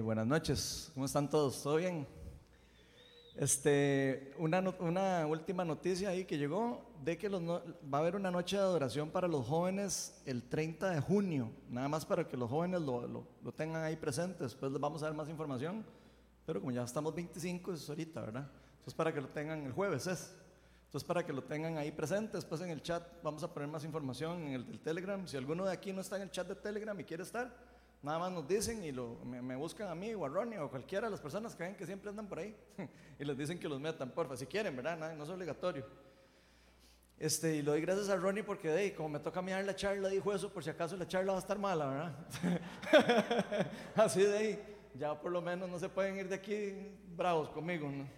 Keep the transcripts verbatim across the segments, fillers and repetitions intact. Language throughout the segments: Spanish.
buenas noches, ¿cómo están todos? ¿Todo bien? Este, una, no- una última noticia ahí que llegó de que los no- va a haber una noche de adoración para los jóvenes el treinta de junio, nada más para que los jóvenes lo, lo- lo tengan ahí presente. Después les vamos a dar más información, pero como ya estamos veinticinco es ahorita, ¿verdad? Entonces para que lo tengan el jueves es. Entonces para que lo tengan ahí presente, después en el chat vamos a poner más información en el del Telegram. Si alguno de aquí no está en el chat de Telegram y quiere estar, nada más nos dicen y lo, me, me buscan a mí o a Ronnie o a cualquiera de las personas que ven que siempre andan por ahí y les dicen que los metan, porfa, si quieren, ¿verdad? No, no es obligatorio. Este, y lo doy gracias a Ronnie porque, de, como me toca mirar la charla, dijo eso por si acaso la charla va a estar mala, ¿verdad? Así de ahí, ya por lo menos no se pueden ir de aquí bravos conmigo, ¿no?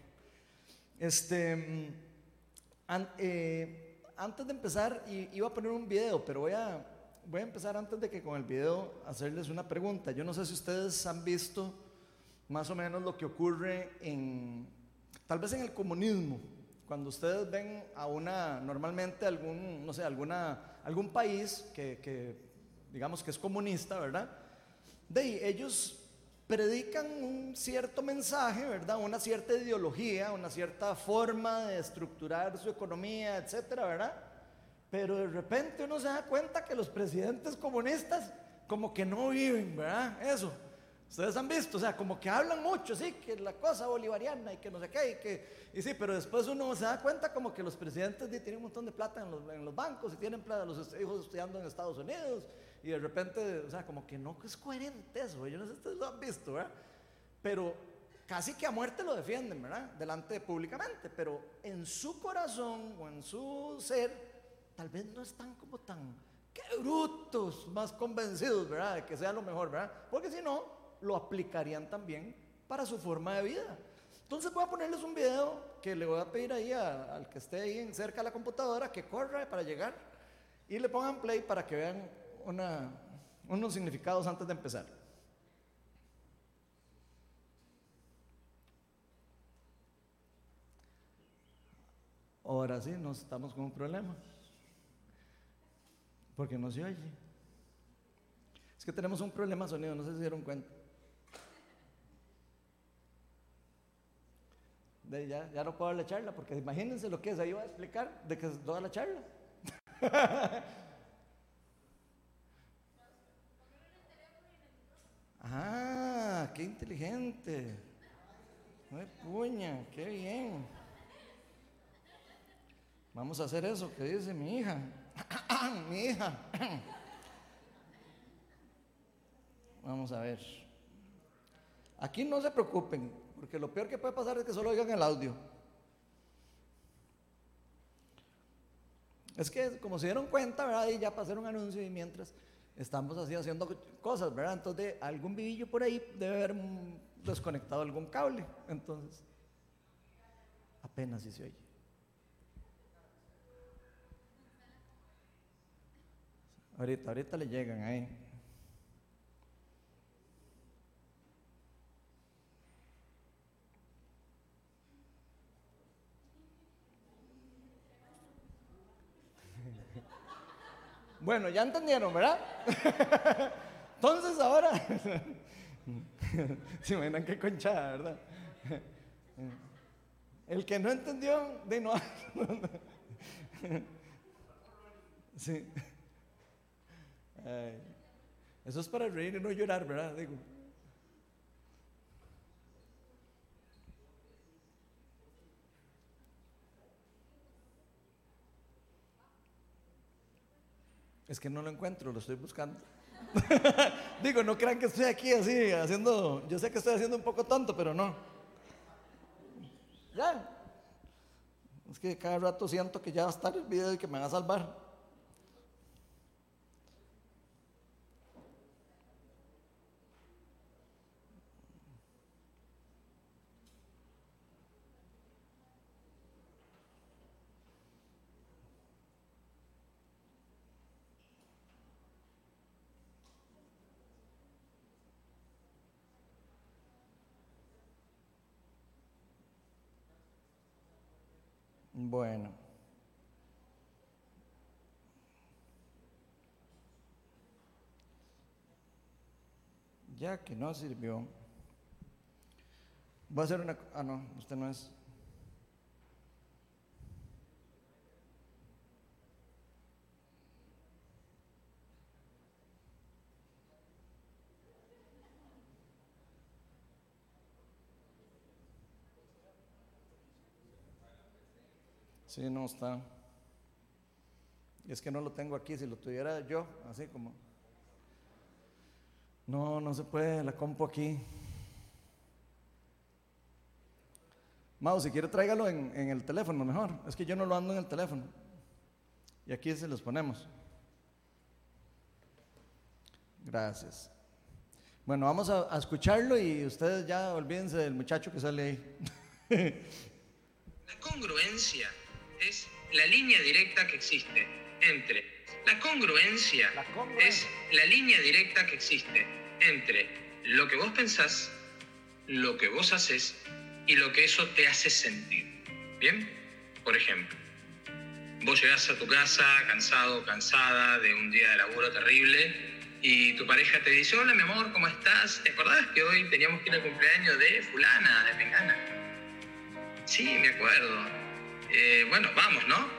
Este, mm, an- eh, antes de empezar, i- iba a poner un video, pero voy a, voy a empezar antes de que con el video hacerles una pregunta. Yo no sé si ustedes han visto más o menos lo que ocurre en, tal vez en el comunismo, cuando ustedes ven a una, normalmente algún, no sé, alguna, algún país que, que digamos que es comunista, ¿verdad? De ahí, ellos predican un cierto mensaje, ¿verdad? Una cierta ideología, una cierta forma de estructurar su economía, etcétera, ¿verdad? Pero de repente uno se da cuenta que los presidentes comunistas como que no viven, ¿verdad? Eso. Ustedes han visto, o sea, como que hablan mucho, sí, que la cosa bolivariana y que no sé qué, y que, y sí, pero después uno se da cuenta como que los presidentes tienen un montón de plata en los, en los bancos y tienen plata, los hijos estudiando en Estados Unidos, y de repente, o sea, como que no es coherente eso, yo no sé si ustedes lo han visto, ¿verdad? Pero casi que a muerte lo defienden, ¿verdad? Delante públicamente, pero en su corazón o en su ser, tal vez no están como tan, qué brutos, más convencidos, ¿verdad? De que sea lo mejor, ¿verdad? Porque si no, lo aplicarían también para su forma de vida. Entonces voy a ponerles un video que le voy a pedir ahí a- al que esté ahí en cerca de la computadora que corra para llegar y le pongan play para que vean una- unos significados antes de empezar. Ahora sí, nos estamos con un problema porque no se oye. Es que tenemos un problema de sonido, no sé si se dieron cuenta. De, ya, ya no puedo dar la charla porque imagínense lo que es, ahí voy a explicar de que es toda la charla. Ah, qué inteligente. Ay, puña, qué bien. Vamos a hacer eso que dice mi hija. Mi hija. Vamos a ver. Aquí no se preocupen, porque lo peor que puede pasar es que solo oigan el audio. Es que como se dieron cuenta, ¿verdad? Y ya para hacer un anuncio y mientras estamos así haciendo cosas, ¿verdad? Entonces algún vivillo por ahí debe haber mm, desconectado algún cable. Entonces, apenas si se oye. Ahorita, ahorita le llegan ahí. Bueno, ya entendieron, ¿verdad? Entonces ahora, se imaginan qué conchada, ¿verdad? El que no entendió, de no. Sí. Ay, eso es para reír y no llorar, ¿verdad? Digo. Es que no lo encuentro, lo estoy buscando. Digo, no crean que estoy aquí así haciendo. Yo sé que estoy haciendo un poco tonto, pero no. Ya. Es que cada rato siento que ya va a estar el video y que me va a salvar. Bueno, ya que no sirvió. Voy a hacer una... Ah, no, usted no es. Sí, no está. Y es que no lo tengo aquí. Si lo tuviera yo, así como... No, no se puede, la compu aquí. Mau, si quiere tráigalo en, en el teléfono mejor. Es que yo no lo ando en el teléfono. Y aquí se los ponemos. Gracias. Bueno, vamos a, a escucharlo y ustedes ya olvídense del muchacho que sale ahí. La congruencia es la línea directa que existe entre... La congruencia, La congruencia es la línea directa que existe entre lo que vos pensás, lo que vos haces y lo que eso te hace sentir. ¿Bien? Por ejemplo, vos llegás a tu casa cansado, cansada de un día de laburo terrible y tu pareja te dice: hola mi amor, ¿cómo estás? ¿Te acordás que hoy teníamos que ir al cumpleaños de fulana, de mengana? Sí, me acuerdo. Eh, bueno, vamos, ¿no?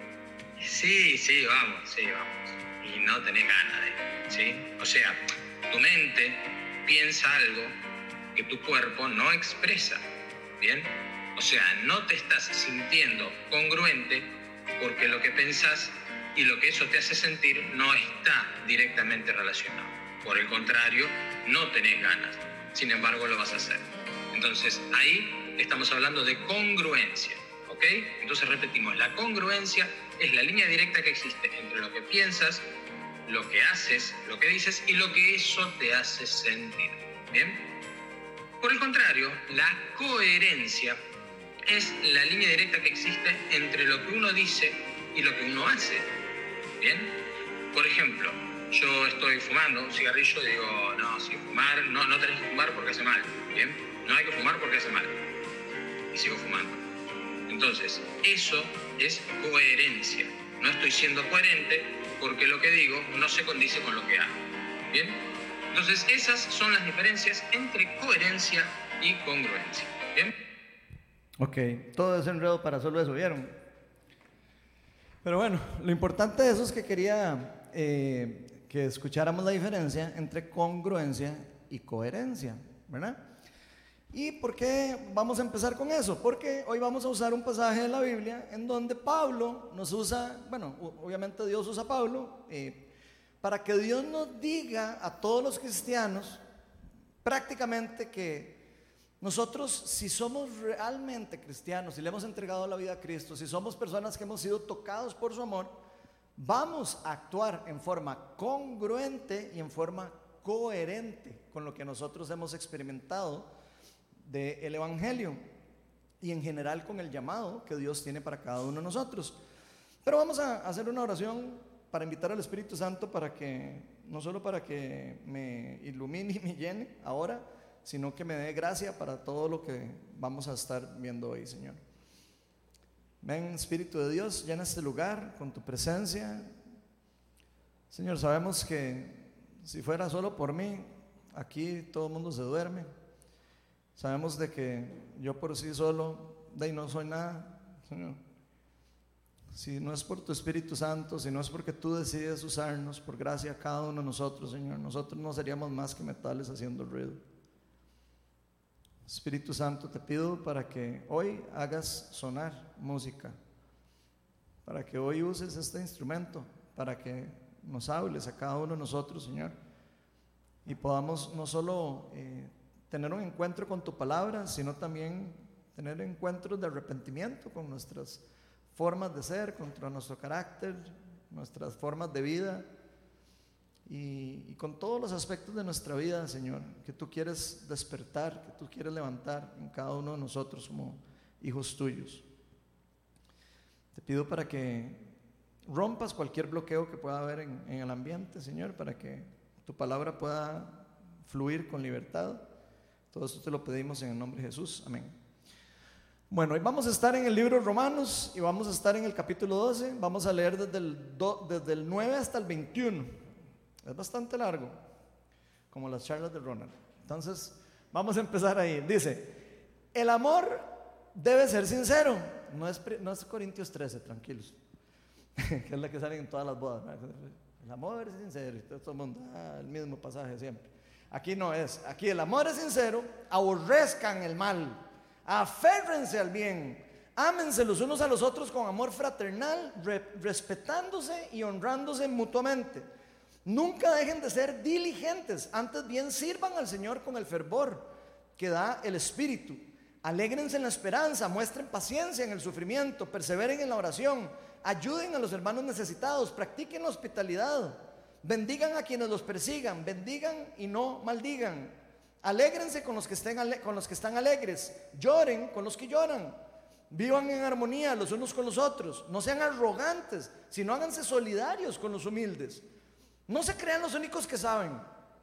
Sí, sí, vamos, sí, vamos. Y no tenés ganas de, ¿sí? O sea, tu mente piensa algo que tu cuerpo no expresa, ¿bien? O sea, no te estás sintiendo congruente porque lo que pensás y lo que eso te hace sentir no está directamente relacionado. Por el contrario, no tenés ganas, sin embargo lo vas a hacer. Entonces, ahí estamos hablando de congruencia, ¿ok? Entonces repetimos, la congruencia es la línea directa que existe entre lo que piensas, lo que haces, lo que dices y lo que eso te hace sentir, ¿bien? Por el contrario, la coherencia es la línea directa que existe entre lo que uno dice y lo que uno hace, ¿bien? Por ejemplo, yo estoy fumando un cigarrillo y digo, no, si fumar, no, no tenés que fumar porque hace mal, ¿bien? No hay que fumar porque hace mal. Y sigo fumando. Entonces, eso es coherencia. No estoy siendo coherente porque lo que digo no se condice con lo que hago. ¿Bien? Entonces, esas son las diferencias entre coherencia y congruencia. ¿Bien? Ok, todo ese enredo para solo eso, ¿vieron? Pero bueno, lo importante de eso es que quería eh, que escucháramos la diferencia entre congruencia y coherencia, ¿verdad? ¿Y por qué vamos a empezar con eso? Porque hoy vamos a usar un pasaje de la Biblia en donde Pablo nos usa, bueno, obviamente Dios usa a Pablo, eh, para que Dios nos diga a todos los cristianos prácticamente que nosotros, si somos realmente cristianos, si le hemos entregado la vida a Cristo, si somos personas que hemos sido tocados por su amor, vamos a actuar en forma congruente y en forma coherente con lo que nosotros hemos experimentado del Evangelio y en general con el llamado que Dios tiene para cada uno de nosotros. Pero vamos a hacer una oración para invitar al Espíritu Santo para que, no solo para que me ilumine y me llene ahora, sino que me dé gracia para todo lo que vamos a estar viendo hoy, Señor. Ven, Espíritu de Dios, llena este lugar con tu presencia. Señor, sabemos que si fuera solo por mí, aquí todo el mundo se duerme. Sabemos de que yo por sí solo de ahí no soy nada, Señor. Si no es por tu Espíritu Santo, si no es porque tú decides usarnos por gracia a cada uno de nosotros, Señor, nosotros no seríamos más que metales haciendo ruido. Espíritu Santo, te pido para que hoy hagas sonar música, para que hoy uses este instrumento, para que nos hables a cada uno de nosotros, Señor, y podamos no solo eh, tener un encuentro con tu palabra, sino también tener encuentros de arrepentimiento con nuestras formas de ser, contra nuestro carácter, nuestras formas de vida y, y con todos los aspectos de nuestra vida, Señor, que tú quieres despertar, que tú quieres levantar en cada uno de nosotros como hijos tuyos. Te pido para que rompas cualquier bloqueo que pueda haber en, en el ambiente, Señor, para que tu palabra pueda fluir con libertad. Todo esto te lo pedimos en el nombre de Jesús, amén. Bueno, hoy vamos a estar en el libro de Romanos y vamos a estar en el capítulo doce. Vamos a leer desde el, do, desde el nueve hasta el veintiuno. Es bastante largo, como las charlas de Ronald. Entonces, vamos a empezar ahí. Dice: El amor debe ser sincero. No es, no es Corintios trece, tranquilos. Que es la que sale en todas las bodas, ¿verdad? El amor es sincero. Y todo el mundo, ah, el mismo pasaje siempre. Aquí no es. Aquí el amor es sincero. Aborrezcan el mal. Aférrense al bien. Ámense los unos a los otros con amor fraternal, re, respetándose y honrándose mutuamente. Nunca dejen de ser diligentes. Antes bien sirvan al Señor con el fervor que da el Espíritu. Alégrense en la esperanza, muestren paciencia en el sufrimiento, perseveren en la oración, ayuden a los hermanos necesitados, practiquen la hospitalidad, bendigan a quienes los persigan, bendigan y no maldigan. Alégrense con los que estén ale- con los que están alegres, lloren con los que lloran. Vivan en armonía los unos con los otros, no sean arrogantes, sino háganse solidarios con los humildes. No se crean los únicos que saben.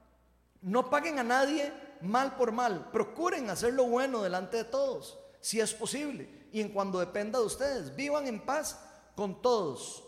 No paguen a nadie mal por mal. Procuren hacer lo bueno delante de todos, si es posible, y en cuando dependa de ustedes. Vivan en paz con todos.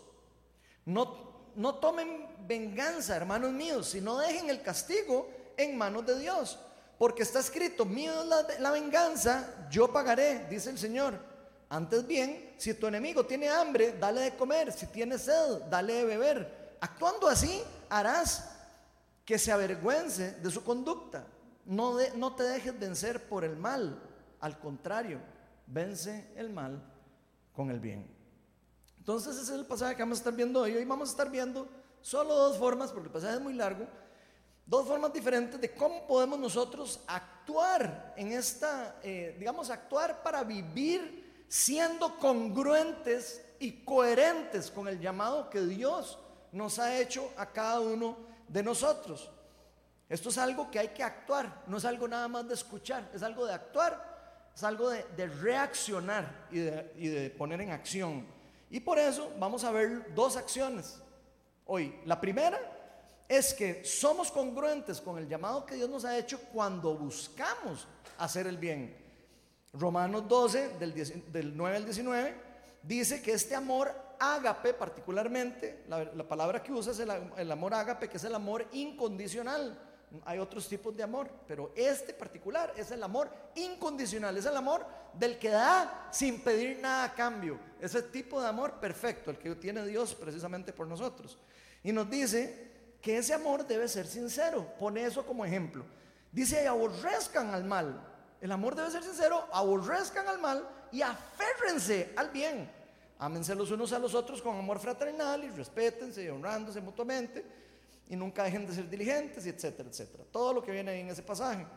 No, no tomen venganza, hermanos míos, sino dejen el castigo en manos de Dios. Porque está escrito: mío es la, la venganza, yo pagaré, dice el Señor. Antes bien, si tu enemigo tiene hambre, dale de comer. Si tiene sed, dale de beber. Actuando así, harás que se avergüence de su conducta. No, de, no te dejes vencer por el mal. Al contrario, vence el mal con el bien. Entonces ese es el pasaje que vamos a estar viendo hoy. Hoy vamos a estar viendo solo dos formas, porque el pasaje es muy largo. Dos formas diferentes de cómo podemos nosotros actuar en esta, eh, digamos, actuar para vivir siendo congruentes y coherentes con el llamado que Dios nos ha hecho a cada uno de nosotros. Esto es algo que hay que actuar, no es algo nada más de escuchar, es algo de actuar, es algo de, de reaccionar y de, y de poner en acción. Y por eso vamos a ver dos acciones hoy. La primera es que somos congruentes con el llamado que Dios nos ha hecho cuando buscamos hacer el bien. Romanos doce, del, diez, del nueve al diecinueve, dice que este amor ágape, particularmente, la, la palabra que usa es el, el amor ágape, que es el amor incondicional. Hay otros tipos de amor, pero este particular es el amor incondicional, es el amor del que da sin pedir nada a cambio. Ese tipo de amor perfecto, el que tiene Dios precisamente por nosotros. Y nos dice que ese amor debe ser sincero. Pone eso como ejemplo. Dice: aborrezcan al mal. El amor debe ser sincero, aborrezcan al mal y aférrense al bien. Ámense los unos a los otros con amor fraternal y respétense y honrándose mutuamente. Y nunca dejen de ser diligentes, y etcétera, etcétera. Todo lo que viene ahí en ese pasaje.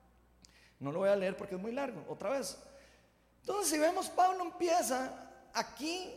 No lo voy a leer porque es muy largo, otra vez. Entonces, si vemos, Pablo empieza aquí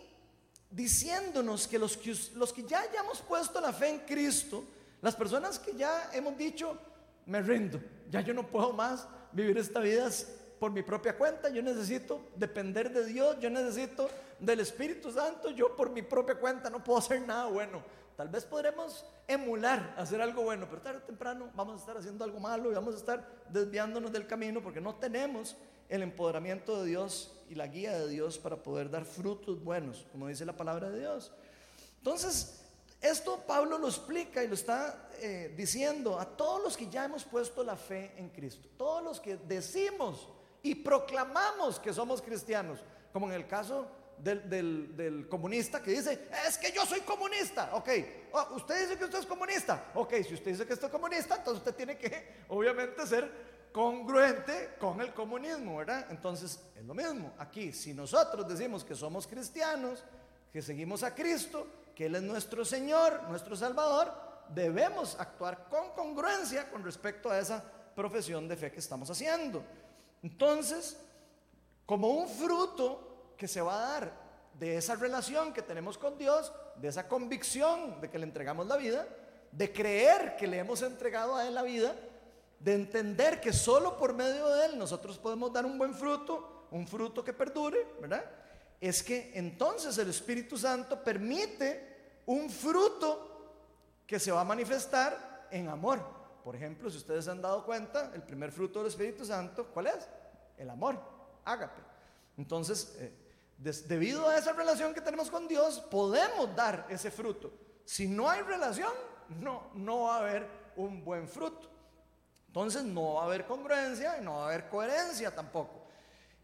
diciéndonos que los que, los que ya hayamos puesto la fe en Cristo, las personas que ya hemos dicho: me rindo, ya yo no puedo más vivir esta vida por mi propia cuenta, yo necesito depender de Dios, yo necesito del Espíritu Santo, yo por mi propia cuenta no puedo hacer nada bueno. Tal vez podremos emular hacer algo bueno, pero tarde o temprano vamos a estar haciendo algo malo y vamos a estar desviándonos del camino porque no tenemos el empoderamiento de Dios y la guía de Dios para poder dar frutos buenos, como dice la palabra de Dios. Entonces, esto Pablo lo explica y lo está eh, diciendo a todos los que ya hemos puesto la fe en Cristo, todos los que decimos y proclamamos que somos cristianos, como en el caso Del, del, del comunista que dice: es que yo soy comunista. Ok, oh, usted dice que usted es comunista. Ok, si usted dice que usted es comunista, entonces usted tiene que obviamente ser congruente con el comunismo, ¿verdad? Entonces es lo mismo aquí. Si nosotros decimos que somos cristianos, que seguimos a Cristo, que Él es nuestro Señor, nuestro Salvador, debemos actuar con congruencia con respecto a esa profesión de fe que estamos haciendo. Entonces, como un fruto que se va a dar de esa relación que tenemos con Dios, de esa convicción de que le entregamos la vida, de creer que le hemos entregado a Él la vida, de entender que solo por medio de Él nosotros podemos dar un buen fruto, un fruto que perdure, ¿verdad? Es que entonces el Espíritu Santo permite un fruto que se va a manifestar en amor. Por ejemplo, si ustedes se han dado cuenta, el primer fruto del Espíritu Santo, ¿cuál es? El amor, ágape. Entonces, eh, Des, debido a esa relación que tenemos con Dios, podemos dar ese fruto. Si no hay relación, no, no va a haber un buen fruto. Entonces no va a haber congruencia y no va a haber coherencia tampoco.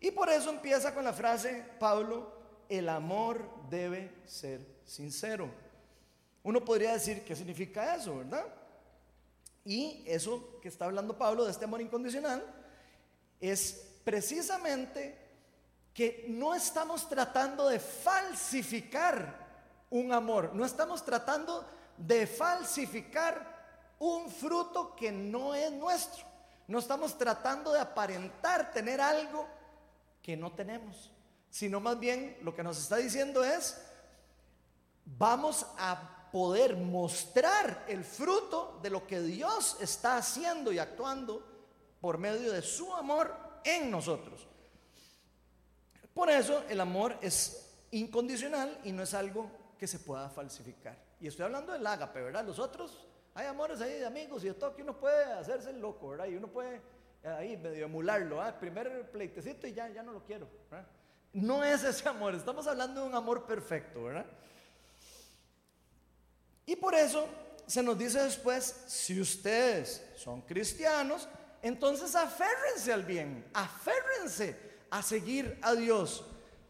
Y por eso empieza con la frase, Pablo, el amor debe ser sincero. Uno podría decir, ¿qué significa eso, verdad? Y eso que está hablando Pablo de este amor incondicional es precisamente que no estamos tratando de falsificar un amor, no estamos tratando de falsificar un fruto que no es nuestro, no estamos tratando de aparentar tener algo que no tenemos, sino más bien lo que nos está diciendo es, vamos a poder mostrar el fruto de lo que Dios está haciendo y actuando por medio de su amor en nosotros. Por eso el amor es incondicional y no es algo que se pueda falsificar. Y estoy hablando del ágape, ¿verdad? Los otros, hay amores ahí de amigos y de todo que uno puede hacerse el loco, ¿verdad? Y uno puede ahí medio emularlo, ¿eh? Primer pleitecito y ya, ya no lo quiero, ¿verdad? No es ese amor, estamos hablando de un amor perfecto, ¿verdad? Y por eso se nos dice después, si ustedes son cristianos, entonces aférrense al bien, aférrense a seguir a Dios.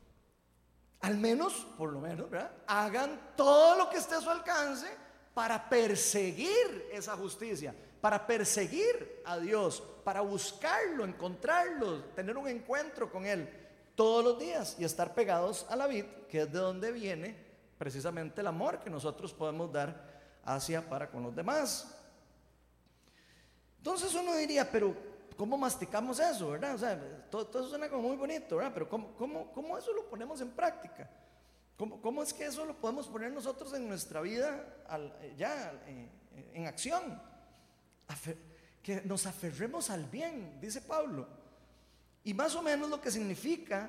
Al menos, por lo menos, ¿verdad? Hagan todo lo que esté a su alcance para perseguir esa justicia, para perseguir a Dios, para buscarlo, encontrarlo, tener un encuentro con Él todos los días y estar pegados a la vid, que es de donde viene precisamente el amor que nosotros podemos dar hacia para con los demás. Entonces uno diría, pero ¿cómo masticamos eso, verdad? O sea, todo, todo eso suena como muy bonito, ¿verdad? Pero ¿cómo, cómo, cómo eso lo ponemos en práctica? ¿Cómo, ¿Cómo es que eso lo podemos poner nosotros en nuestra vida al, ya eh, en acción? Afer, que nos aferremos al bien, dice Pablo. Y más o menos lo que significa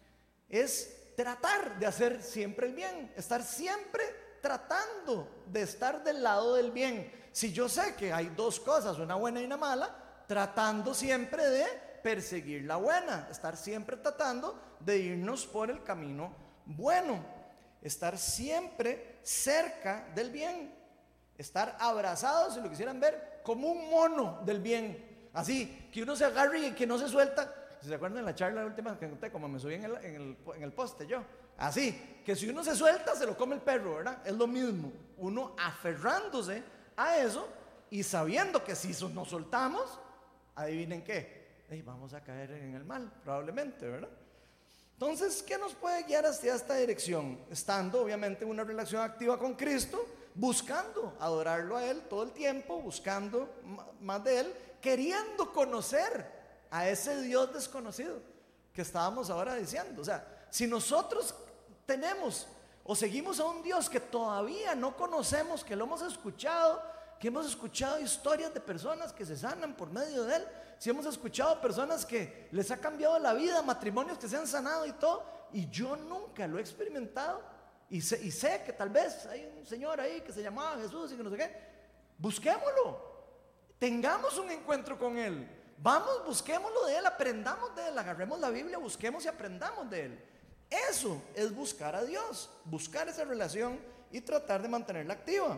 es tratar de hacer siempre el bien, estar siempre tratando de estar del lado del bien. Si yo sé que hay dos cosas, una buena y una mala, tratando siempre de perseguir la buena, estar siempre tratando de irnos por el camino bueno, estar siempre cerca del bien, estar abrazados, si lo quisieran ver, como un mono del bien, así, que uno se agarre y que no se suelta. Si se acuerdan de la charla última que conté, como me subí en el, en, el, en el poste yo, así, que si uno se suelta se lo come el perro, ¿verdad? Es lo mismo, uno aferrándose a eso y sabiendo que si nos soltamos, adivinen qué, hey, vamos a caer en el mal, probablemente, ¿verdad? Entonces, ¿qué nos puede guiar hacia esta dirección? Estando obviamente en una relación activa con Cristo, buscando adorarlo a Él todo el tiempo, buscando más de Él, queriendo conocer a ese Dios desconocido que estábamos ahora diciendo. O sea, si nosotros tenemos o seguimos a un Dios que todavía no conocemos, que lo hemos escuchado, que hemos escuchado historias de personas que se sanan por medio de Él, si hemos escuchado personas que les ha cambiado la vida, matrimonios que se han sanado y todo, y yo nunca lo he experimentado, y sé, y sé que tal vez hay un señor ahí que se llamaba Jesús y que no sé qué, busquémoslo, tengamos un encuentro con Él, vamos, busquémoslo de Él, aprendamos de Él, agarremos la Biblia, busquemos y aprendamos de Él. Eso es buscar a Dios, buscar esa relación y tratar de mantenerla activa.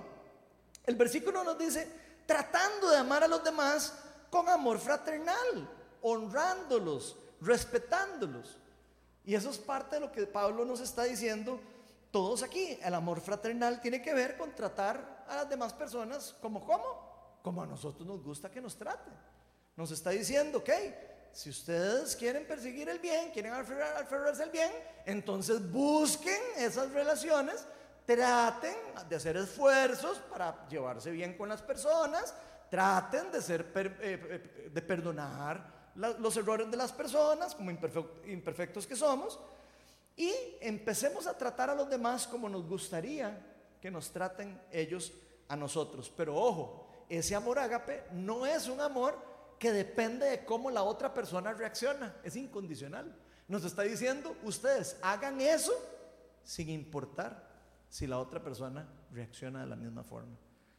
El versículo nos dice, tratando de amar a los demás con amor fraternal, honrándolos, respetándolos. Y eso es parte de lo que Pablo nos está diciendo todos aquí. El amor fraternal tiene que ver con tratar a las demás personas como ¿cómo? Como a nosotros nos gusta que nos traten. Nos está diciendo, ok, si ustedes quieren perseguir el bien, quieren aferrar, aferrarse al bien, entonces busquen esas relaciones, traten de hacer esfuerzos para llevarse bien con las personas, traten de, ser per, eh, de perdonar la, los errores de las personas, como imperfectos, imperfectos que somos, y empecemos a tratar a los demás como nos gustaría que nos traten ellos a nosotros. Pero ojo, ese amor ágape no es un amor que depende de cómo la otra persona reacciona, es incondicional. Nos está diciendo, ustedes hagan eso sin importar si la otra persona reacciona de la misma forma.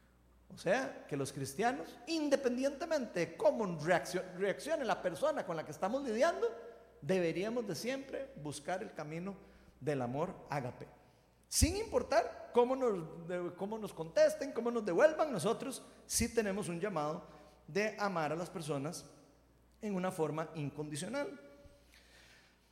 O sea, que los cristianos, independientemente de cómo reaccione la persona con la que estamos lidiando, deberíamos de siempre buscar el camino del amor ágape. Sin importar cómo nos, de, cómo nos contesten, cómo nos devuelvan, nosotros sí tenemos un llamado de amar a las personas en una forma incondicional.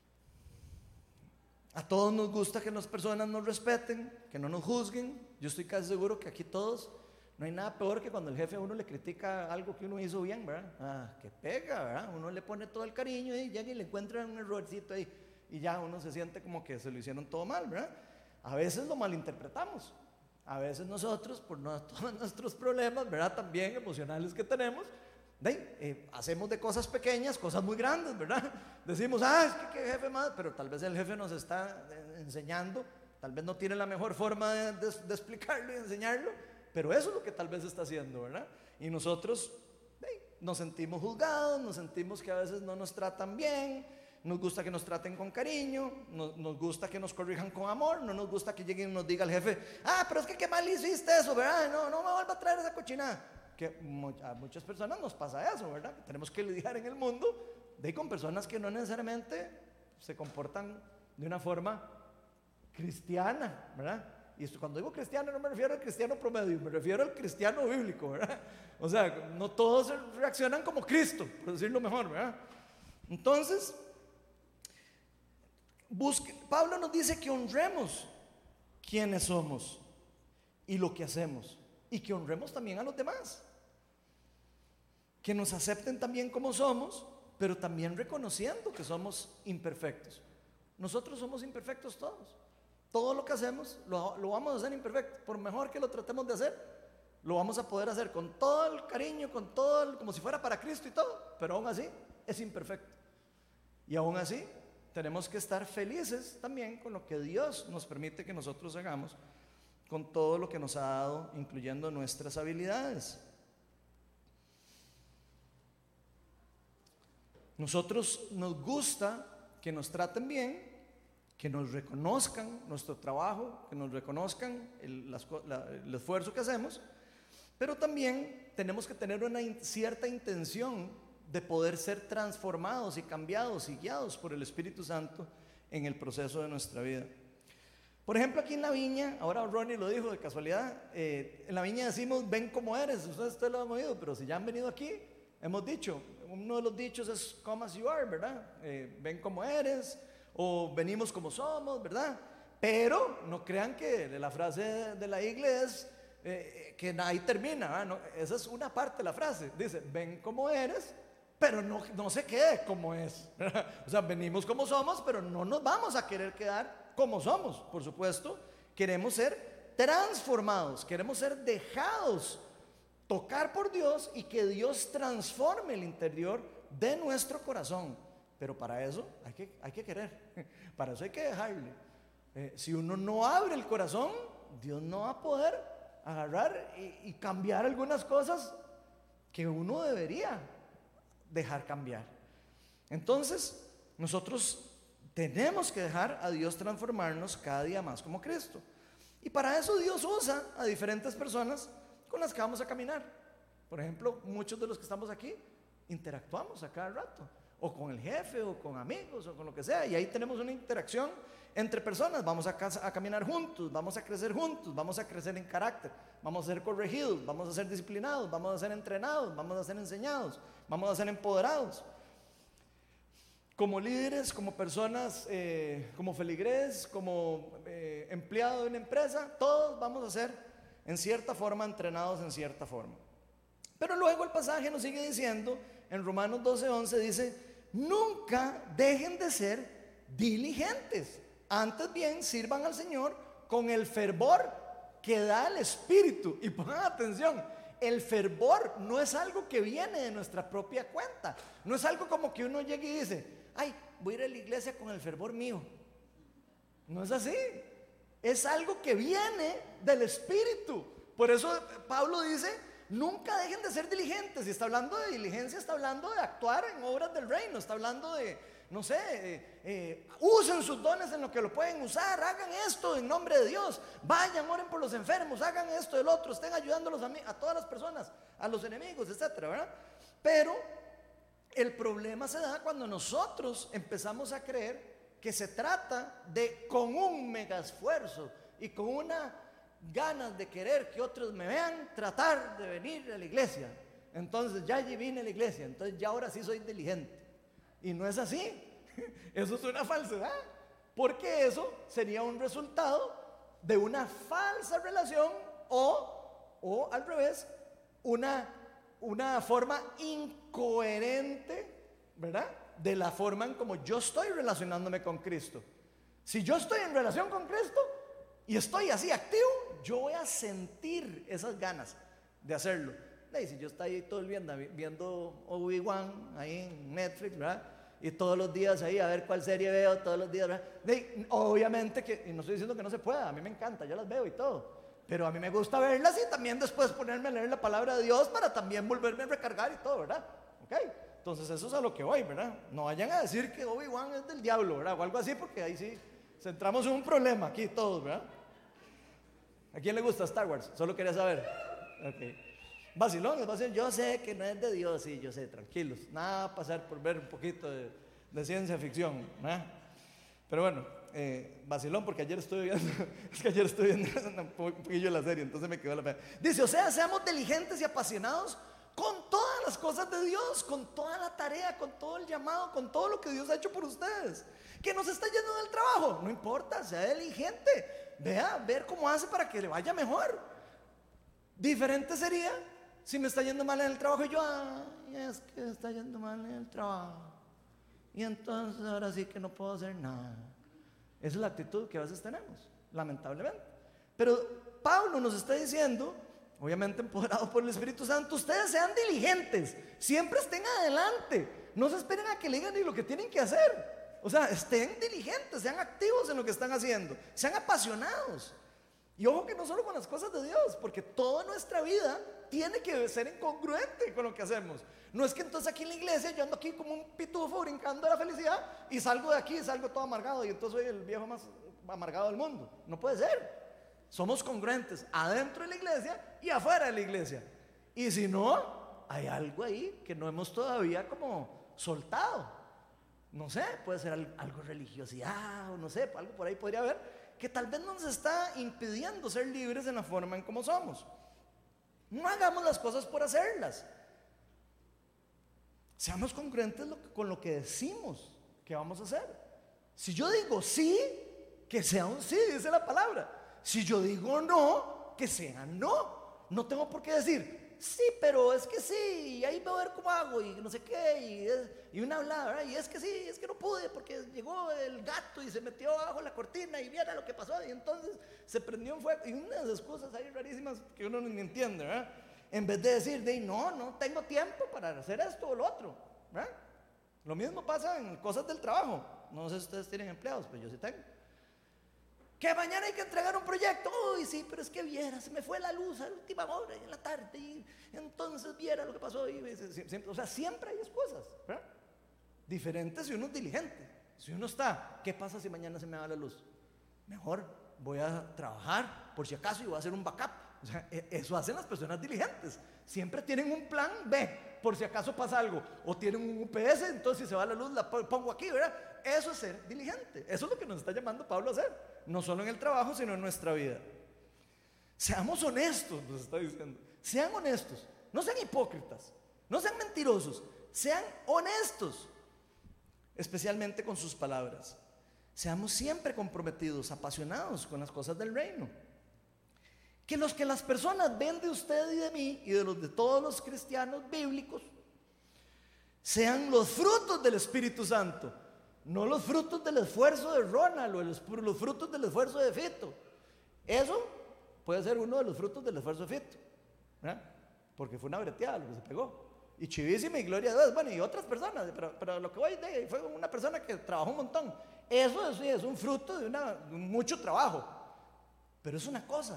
A todos nos gusta que las personas nos respeten, que no nos juzguen. Yo estoy casi seguro que aquí todos, no hay nada peor que cuando el jefe a uno le critica algo que uno hizo bien, ¿verdad? Ah, que pega, ¿verdad? Uno le pone todo el cariño y llega y le encuentra un errorcito ahí y ya uno se siente como que se lo hicieron todo mal, ¿verdad? A veces lo malinterpretamos. A veces nosotros, por no, todos nuestros problemas, ¿verdad? También emocionales que tenemos, de, eh, hacemos de cosas pequeñas cosas muy grandes, ¿verdad? Decimos, ah, es que qué jefe más, pero tal vez el jefe nos está eh, enseñando, tal vez no tiene la mejor forma de, de, de explicarlo y enseñarlo, pero eso es lo que tal vez está haciendo, ¿verdad? Y nosotros de, nos sentimos juzgados, nos sentimos que a veces no nos tratan bien, nos gusta que nos traten con cariño, nos, nos gusta que nos corrijan con amor, no nos gusta que lleguen y nos diga el jefe, ah, pero es que qué mal hiciste eso, ¿verdad? No, no me vuelva a traer esa cochinada. Que a muchas personas nos pasa eso, ¿verdad? Que tenemos que lidiar en el mundo de con personas que no necesariamente se comportan de una forma cristiana, ¿verdad? Y esto, cuando digo cristiano no me refiero al cristiano promedio, me refiero al cristiano bíblico, ¿verdad? O sea, no todos reaccionan como Cristo, por decirlo mejor, ¿verdad? Entonces, busque, Pablo nos dice que honremos quiénes somos y lo que hacemos, y que honremos también a los demás, que nos acepten también como somos, pero también reconociendo que somos imperfectos. Nosotros somos imperfectos todos. Todo lo que hacemos lo, lo vamos a hacer imperfecto. Por mejor que lo tratemos de hacer, lo vamos a poder hacer con todo el cariño, con todo el, como si fuera para Cristo y todo, pero aún así es imperfecto. Y aún así tenemos que estar felices también con lo que Dios nos permite que nosotros hagamos, con todo lo que nos ha dado, incluyendo nuestras habilidades. Nosotros nos gusta que nos traten bien, que nos reconozcan nuestro trabajo, que nos reconozcan el, las, la, el esfuerzo que hacemos, pero también tenemos que tener una in, cierta intención de poder ser transformados y cambiados y guiados por el Espíritu Santo en el proceso de nuestra vida. Por ejemplo, aquí en la viña, ahora Ronnie lo dijo de casualidad, eh, en la viña decimos, ven como eres, ustedes, ustedes lo han oído, pero si ya han venido aquí, hemos dicho, uno de los dichos es come as you are, ¿verdad? Eh, ven como eres, o venimos como somos, ¿verdad? Pero no crean que la frase de la iglesia es eh, que ahí termina, ¿eh? No, esa es una parte de la frase, dice, ven como eres, pero no, no se quede como es, ¿verdad? O sea, venimos como somos, pero no nos vamos a querer quedar como somos, por supuesto. Queremos ser transformados, queremos ser dejados tocar por Dios y que Dios transforme el interior de nuestro corazón. Pero para eso hay que, hay que querer, para eso hay que dejarle. Eh, si uno no abre el corazón, Dios no va a poder agarrar y, y cambiar algunas cosas que uno debería dejar cambiar. Entonces, nosotros tenemos que dejar a Dios transformarnos cada día más como Cristo. Y para eso Dios usa a diferentes personas con las que vamos a caminar. Por ejemplo, muchos de los que estamos aquí interactuamos a cada rato, o con el jefe, o con amigos, o con lo que sea, y ahí tenemos una interacción entre personas. Vamos a, casa, a caminar juntos, vamos a crecer juntos, vamos a crecer en carácter, vamos a ser corregidos, vamos a ser disciplinados, vamos a ser entrenados, vamos a ser enseñados, vamos a ser empoderados. Como líderes, como personas, eh, como feligreses, como eh, empleado de una empresa, todos vamos a ser en cierta forma entrenados en cierta forma. Pero luego el pasaje nos sigue diciendo, en Romanos doce once dice, nunca dejen de ser diligentes, antes bien sirvan al Señor con el fervor que da el Espíritu. Y pongan atención, el fervor no es algo que viene de nuestra propia cuenta, no es algo como que uno llegue y dice, ay, voy a ir a la iglesia con el fervor mío. No es así, es algo que viene del Espíritu. Por eso Pablo dice, nunca dejen de ser diligentes. Y está hablando de diligencia, está hablando de actuar en obras del reino, está hablando de, no sé, eh, eh, usen sus dones en lo que lo pueden usar, hagan esto en nombre de Dios, vayan, oren por los enfermos, hagan esto, el otro, estén ayudándolos a, mí, a todas las personas, a los enemigos, etcétera, ¿verdad? Pero el problema se da cuando nosotros empezamos a creer que se trata de, con un mega esfuerzo y con una ganas de querer que otros me vean, tratar de venir a la iglesia. Entonces ya vine a la iglesia, entonces ya ahora sí soy diligente. Y no es así. Eso es una falsedad. porque eso sería un resultado de una falsa relación o, o al revés, una, una forma incoherente, ¿verdad?, de la forma en como yo estoy relacionándome con Cristo. Si yo estoy en relación con Cristo y estoy así activo, yo voy a sentir esas ganas de hacerlo. Y si yo estoy todo el día viendo Obi-Wan ahí en Netflix, ¿verdad?, y todos los días ahí a ver cuál serie veo, todos los días, ¿verdad?, y obviamente que, y no estoy diciendo que no se pueda, a mí me encanta, yo las veo y todo, pero a mí me gusta verlas y también después ponerme a leer la palabra de Dios para también volverme a recargar y todo, ¿verdad? ¿Ok? Entonces eso es a lo que voy, ¿verdad? No vayan a decir que Obi-Wan es del diablo, ¿verdad? O algo así, porque ahí sí centramos en un problema aquí todos, ¿verdad? ¿A quién le gusta Star Wars? Solo quería saber. Ok. Vacilón, es vacilón. Yo sé que no es de Dios, sí, yo sé, tranquilos. Nada va a pasar por ver un poquito de, de ciencia ficción, ¿verdad? Pero bueno, eh, vacilón, porque ayer estuve viendo, es que ayer estuve viendo un poquillo la serie, entonces me quedó la pena. Dice, o sea, seamos diligentes y apasionados con todas las cosas de Dios, con toda la tarea, con todo el llamado, con todo lo que Dios ha hecho por ustedes. Que nos está yendo del trabajo, no importa, sea diligente, vea, ver cómo hace para que le vaya mejor. Diferente sería si me está yendo mal en el trabajo y yo, ay, es que me está yendo mal en el trabajo, y entonces ahora sí que no puedo hacer nada. Esa es la actitud que a veces tenemos, lamentablemente. Pero Pablo nos está diciendo, obviamente empoderado por el Espíritu Santo, ustedes sean diligentes, siempre estén adelante, no se esperen a que le digan ni lo que tienen que hacer. O sea, estén diligentes, sean activos en lo que están haciendo, sean apasionados. Y ojo que no solo con las cosas de Dios, porque toda nuestra vida tiene que ser incongruente con lo que hacemos. No es que entonces aquí en la iglesia yo ando aquí como un pitufo brincando de la felicidad y salgo de aquí y salgo todo amargado y entonces soy el viejo más amargado del mundo. No puede ser. Somos congruentes adentro de la iglesia y afuera de la iglesia. Y si no, hay algo ahí que no hemos todavía como soltado. No sé, puede ser algo de religiosidad o no sé, algo por ahí podría haber que tal vez nos está impidiendo ser libres en la forma en como somos. No hagamos las cosas por hacerlas. Seamos congruentes con lo que decimos que vamos a hacer. Si yo digo sí, que sea un sí, dice la palabra. Si yo digo no, que sea no. No tengo por qué decir sí, pero es que sí, y ahí voy a ver cómo hago, y no sé qué, y, es, y una hablada, ¿verdad? Y es que sí, es que no pude, porque llegó el gato y se metió abajo la cortina y viera lo que pasó, y entonces se prendió un fuego, y unas excusas ahí rarísimas que uno ni entiende, ¿verdad? En vez de decir, de, no, no tengo tiempo para hacer esto o lo otro, ¿verdad? Lo mismo pasa en cosas del trabajo. No sé si ustedes tienen empleados, pero yo sí tengo. Que mañana hay que entregar un proyecto. Uy, sí, pero es que viera, se me fue la luz a la última hora en la tarde y entonces viera lo que pasó. Y, siempre, o sea, siempre hay excusas, ¿verdad? Diferente si uno es diligente. Si uno está, ¿qué pasa si mañana se me va la luz? Mejor voy a trabajar por si acaso y voy a hacer un backup. O sea, eso hacen las personas diligentes. Siempre tienen un plan B, por si acaso pasa algo. O tienen un U P S, entonces si se va la luz la pongo aquí, ¿verdad? Eso es ser diligente. Eso es lo que nos está llamando Pablo a hacer. No solo en el trabajo, sino en nuestra vida. Seamos honestos, nos está diciendo. Sean honestos. No sean hipócritas. No sean mentirosos. Sean honestos. Especialmente con sus palabras. Seamos siempre comprometidos, apasionados con las cosas del reino. Que los que las personas ven de usted y de mí y de los de todos los cristianos bíblicos sean los frutos del Espíritu Santo, no los frutos del esfuerzo de Ronald o los, los frutos del esfuerzo de Fito. Eso puede ser uno de los frutos del esfuerzo de Fito, ¿verdad? Porque fue una breteada lo que se pegó. Y chivísima y gloria a Dios, bueno, y otras personas, pero, pero lo que voy de fue una persona que trabajó un montón. Eso sí es un fruto de, una, de mucho trabajo, pero es una cosa.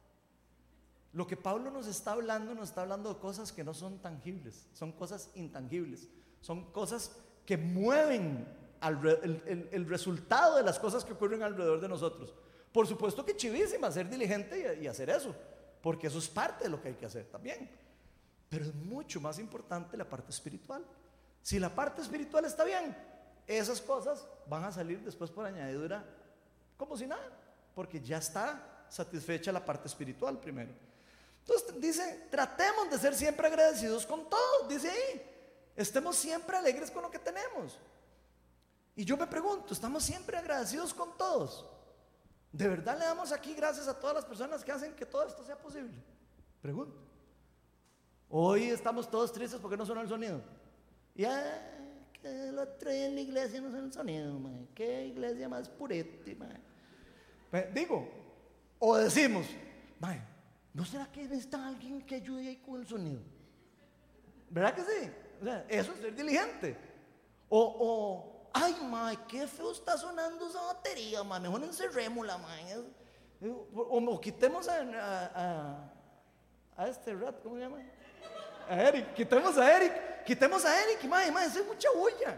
Lo que Pablo nos está hablando, nos está hablando de cosas que no son tangibles, son cosas intangibles, son cosas que mueven al, el, el, el resultado de las cosas que ocurren alrededor de nosotros. Por supuesto que chivísima ser diligente y, y hacer eso, porque eso es parte de lo que hay que hacer también. Pero es mucho más importante la parte espiritual. Si la parte espiritual está bien, esas cosas van a salir después por añadidura como si nada, porque ya está satisfecha la parte espiritual primero. Entonces dice, tratemos de ser siempre agradecidos con todo, dice ahí, estemos siempre alegres con lo que tenemos. Y yo me pregunto, ¿estamos siempre agradecidos con todos? ¿De verdad le damos aquí gracias a todas las personas que hacen que todo esto sea posible? Pregunto. Hoy estamos todos tristes porque no suena el sonido. Y ah, que el otro día en la iglesia no suena el sonido, man. Qué iglesia más purete, man. Digo, o decimos, man, ¿no será que necesita alguien que ayude ahí con el sonido? ¿Verdad que sí? O sea, eso es ser diligente. O, o ay, man, qué feo está sonando esa batería, man. Mejor encerrémosla, man. O, o quitemos a, a, a, a este rat, ¿cómo se llama? A Eric, quitemos a Eric, quitemos a Eric, madre, madre, eso es mucha bulla.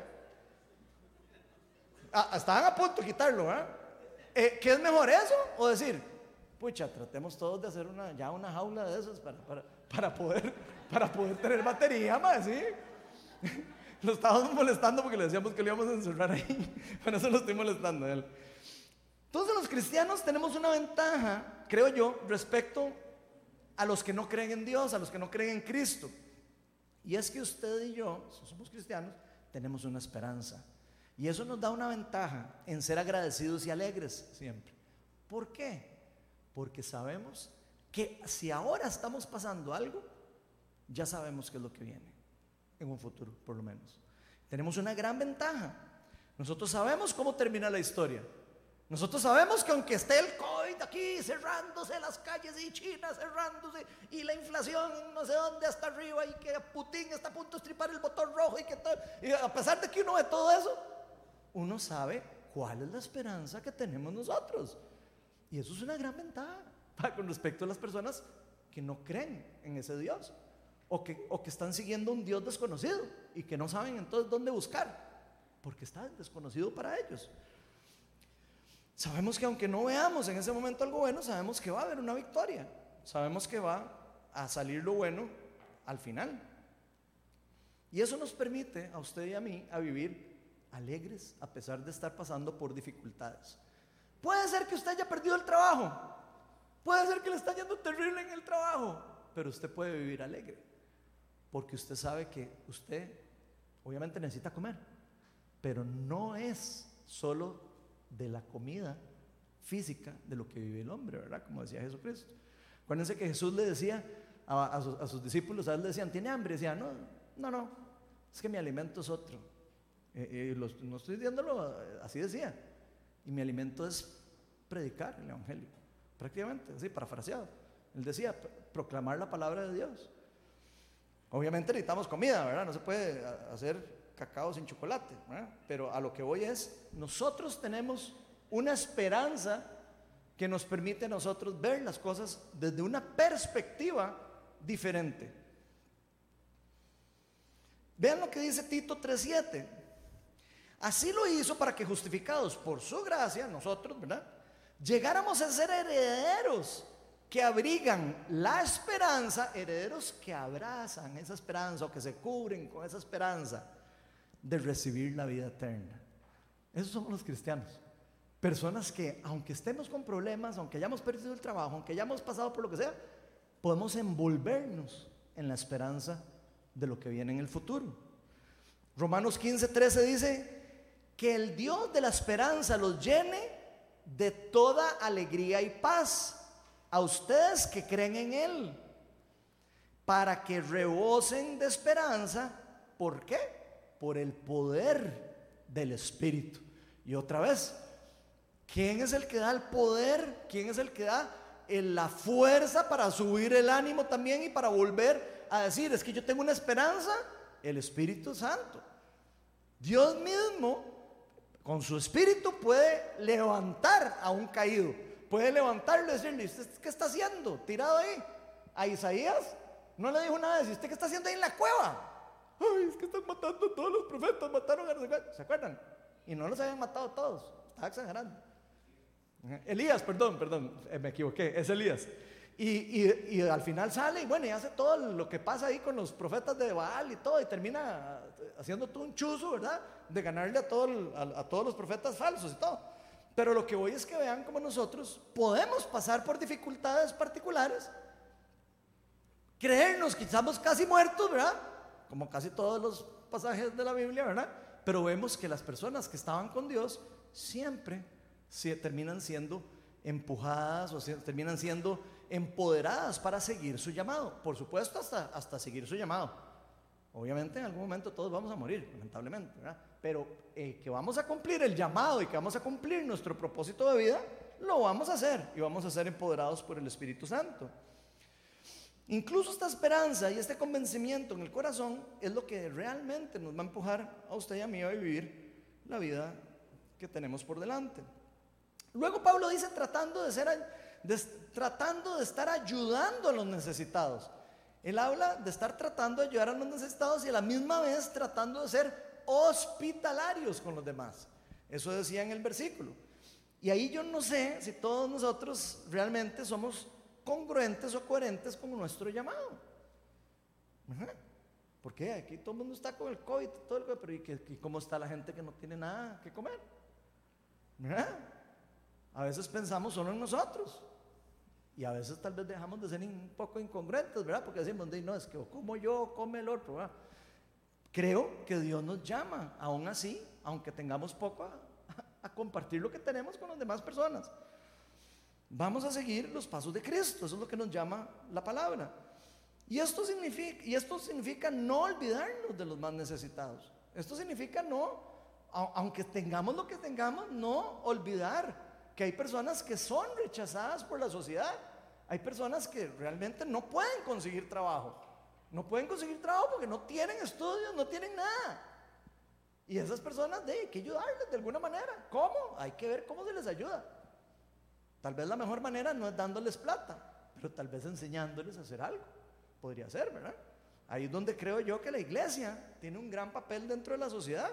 Ah, estaban a punto de quitarlo, ¿verdad? Eh, ¿Qué es mejor eso? O decir, pucha, tratemos todos de hacer una, ya una jaula de esas para, para, para, poder, para poder tener batería, madre, ¿sí? Lo estábamos molestando porque le decíamos que lo íbamos a encerrar ahí. Por eso lo estoy molestando a él. Entonces los cristianos tenemos una ventaja, creo yo, respecto a los que no creen en Dios, a los que no creen en Cristo. Y es que usted y yo, si somos cristianos, tenemos una esperanza. Y eso nos da una ventaja en ser agradecidos y alegres siempre. ¿Por qué? Porque sabemos que si ahora estamos pasando algo, ya sabemos qué es lo que viene, en un futuro por lo menos. Tenemos una gran ventaja. Nosotros sabemos cómo termina la historia. Nosotros sabemos que aunque esté el COVID aquí cerrándose las calles y China cerrándose y la inflación no sé dónde hasta arriba y que Putin está a punto de estripar el botón rojo y que todo, y a pesar de que uno ve todo eso, uno sabe cuál es la esperanza que tenemos nosotros. Y eso es una gran ventaja con respecto a las personas que no creen en ese Dios o que, o que están siguiendo un Dios desconocido y que no saben entonces dónde buscar porque está desconocido para ellos. Sabemos que aunque no veamos en ese momento algo bueno, sabemos que va a haber una victoria. Sabemos que va a salir lo bueno al final. Y eso nos permite a usted y a mí a vivir alegres a pesar de estar pasando por dificultades. Puede ser que usted haya perdido el trabajo. Puede ser que le está yendo terrible en el trabajo. Pero usted puede vivir alegre. Porque usted sabe que usted obviamente necesita comer. Pero no es solo de la comida física de lo que vive el hombre, ¿verdad? Como decía Jesucristo. Acuérdense que Jesús le decía a, a, sus, a sus discípulos, a él le decían, ¿tiene hambre? Y decía, no, no, no, es que mi alimento es otro. Eh, eh, los, no estoy diciéndolo, así decía. Y mi alimento es predicar el evangelio, prácticamente, así, parafraseado. Él decía, proclamar la palabra de Dios. Obviamente necesitamos comida, ¿verdad? No se puede hacer cacao sin chocolate, ¿verdad? Pero a lo que voy es, nosotros tenemos una esperanza que nos permite a nosotros ver las cosas desde una perspectiva diferente. Vean lo que dice Tito tres siete. Así lo hizo para que, justificados por su gracia, nosotros, ¿verdad?, llegáramos a ser herederos que abrigan la esperanza, herederos que abrazan esa esperanza o que se cubren con esa esperanza de recibir la vida eterna. Esos somos los cristianos. Personas que, aunque estemos con problemas, aunque hayamos perdido el trabajo, aunque hayamos pasado por lo que sea, podemos envolvernos en la esperanza de lo que viene en el futuro. Romanos quince trece dice que el Dios de la esperanza los llene de toda alegría y paz a ustedes que creen en Él, para que rebosen de esperanza. ¿Por qué? Por el poder del Espíritu. Y otra vez, ¿quién es el que da el poder? ¿Quién es el que da la fuerza para subir el ánimo también y para volver a decir, es que yo tengo una esperanza? El Espíritu Santo. Dios mismo, con su Espíritu, puede levantar a un caído, puede levantarlo y decirle, ¿usted qué está haciendo? Tirado ahí. A Isaías no le dijo una vez, ¿y usted qué está haciendo ahí en la cueva? Ay, es que están matando a todos los profetas, mataron a los... ¿Se acuerdan? Y no los habían matado todos, estaba exagerando. Elías, perdón, perdón, eh, me equivoqué, es Elías. Y, y, y al final sale y bueno, y hace todo lo que pasa ahí con los profetas de Baal y todo, y termina haciendo todo un chuzo, ¿verdad? De ganarle a, todo el, a, a todos los profetas falsos y todo. Pero lo que voy es que vean cómo nosotros podemos pasar por dificultades particulares, creernos que estamos casi muertos, ¿verdad? Como casi todos los pasajes de la Biblia, ¿verdad? Pero vemos que las personas que estaban con Dios siempre se terminan siendo empujadas o se, terminan siendo empoderadas para seguir su llamado. Por supuesto, hasta, hasta seguir su llamado. Obviamente en algún momento todos vamos a morir, lamentablemente, ¿verdad? Pero eh, que vamos a cumplir el llamado y que vamos a cumplir nuestro propósito de vida, lo vamos a hacer y vamos a ser empoderados por el Espíritu Santo. Incluso esta esperanza y este convencimiento en el corazón es lo que realmente nos va a empujar a usted y a mí a vivir la vida que tenemos por delante. Luego Pablo dice tratando de, ser, de, tratando de estar ayudando a los necesitados. Él habla de estar tratando de ayudar a los necesitados y a la misma vez tratando de ser hospitalarios con los demás. Eso decía en el versículo. Y ahí yo no sé si todos nosotros realmente somos congruentes o coherentes con nuestro llamado. Ajá. ¿Por qué? Aquí todo el mundo está con el COVID, todo el COVID, pero ¿y, qué, y cómo está la gente que no tiene nada que comer? ¿Verdad? A veces pensamos solo en nosotros y a veces tal vez dejamos de ser un poco incongruentes, ¿verdad? Porque decimos, no, es que o como yo o come el otro, ¿verdad? Creo que Dios nos llama, aún así, aunque tengamos poco, a, a compartir lo que tenemos con las demás personas. Vamos a seguir los pasos de Cristo, eso es lo que nos llama la palabra. Y esto significa, y esto significa no olvidarnos de los más necesitados. Esto significa no, aunque tengamos lo que tengamos, no olvidar que hay personas que son rechazadas por la sociedad. Hay personas que realmente no pueden conseguir trabajo. No pueden conseguir trabajo porque no tienen estudios, no tienen nada. Y esas personas de, hay que ayudarles de alguna manera. ¿Cómo? Hay que ver cómo se les ayuda. Tal vez la mejor manera no es dándoles plata, pero tal vez enseñándoles a hacer algo. Podría ser, ¿verdad? Ahí es donde creo yo que la iglesia tiene un gran papel dentro de la sociedad.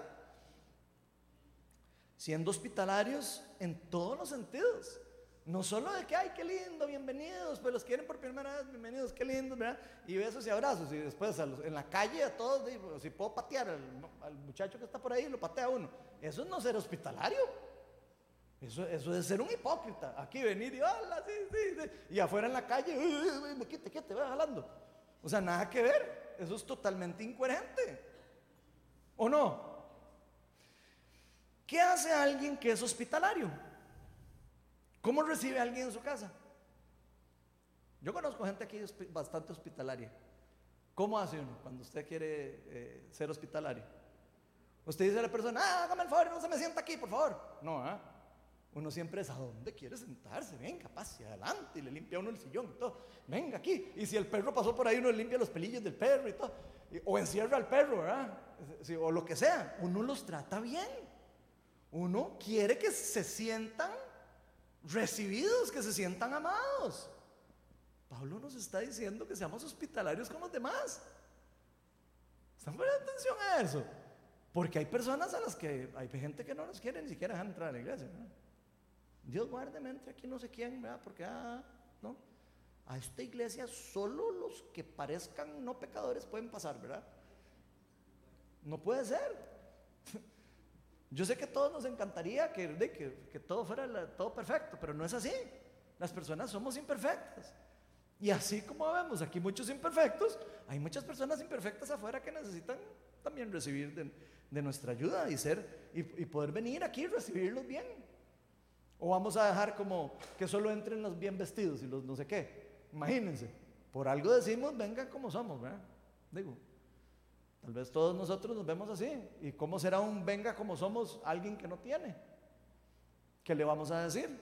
Siendo hospitalarios en todos los sentidos. No solo de que, ay, qué lindo, bienvenidos, pues los quieren por primera vez, bienvenidos, qué lindo, ¿verdad? Y besos y abrazos, y después a los, en la calle a todos, digo, si puedo patear al, al muchacho que está por ahí, lo patea uno. Eso es no ser hospitalario. Eso, eso es ser un hipócrita. Aquí venir y hola, sí, sí, sí. Y afuera en la calle, uy, uy, uy, quite, quite, va jalando. O sea, nada que ver. Eso es totalmente incoherente. ¿O no? ¿Qué hace alguien que es hospitalario? ¿Cómo recibe a alguien en su casa? Yo conozco gente aquí bastante hospitalaria. ¿Cómo hace uno cuando usted quiere eh, ser hospitalario? Usted dice a la persona, ah, hágame el favor, no se me sienta aquí, por favor. No, ¿eh? Uno siempre es, ¿a dónde quiere sentarse? Venga, pase adelante, y le limpia a uno el sillón y todo. Venga aquí. Y si el perro pasó por ahí, uno le limpia los pelillos del perro y todo. O encierra al perro, ¿verdad? O lo que sea. Uno los trata bien. Uno quiere que se sientan recibidos, que se sientan amados. Pablo nos está diciendo que seamos hospitalarios con los demás. ¿Están poniendo atención a eso? Porque hay personas a las que hay gente que no nos quiere ni siquiera dejar entrar a la iglesia, ¿verdad? Dios guárdeme, entre aquí no sé quién, ¿verdad? Porque ah, no, a esta iglesia solo los que parezcan no pecadores pueden pasar, ¿verdad? No puede ser. Yo sé que a todos nos encantaría que, de, que, que todo fuera la, todo perfecto, pero no es así. Las personas somos imperfectas. Y así como vemos aquí muchos imperfectos, hay muchas personas imperfectas afuera que necesitan también recibir de, de nuestra ayuda y, ser, y, y poder venir aquí y recibirlos bien. O vamos a dejar como que solo entren los bien vestidos y los no sé qué. Imagínense, por algo decimos vengan como somos, ¿verdad? Digo, tal vez todos nosotros nos vemos así. ¿Y cómo será un venga como somos alguien que no tiene? ¿Qué le vamos a decir?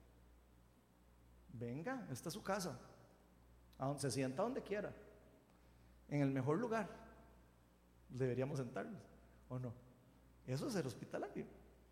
Venga, esta es su casa. Se sienta donde quiera. En el mejor lugar. Deberíamos sentarnos, ¿o no? Eso es ser hospitalario.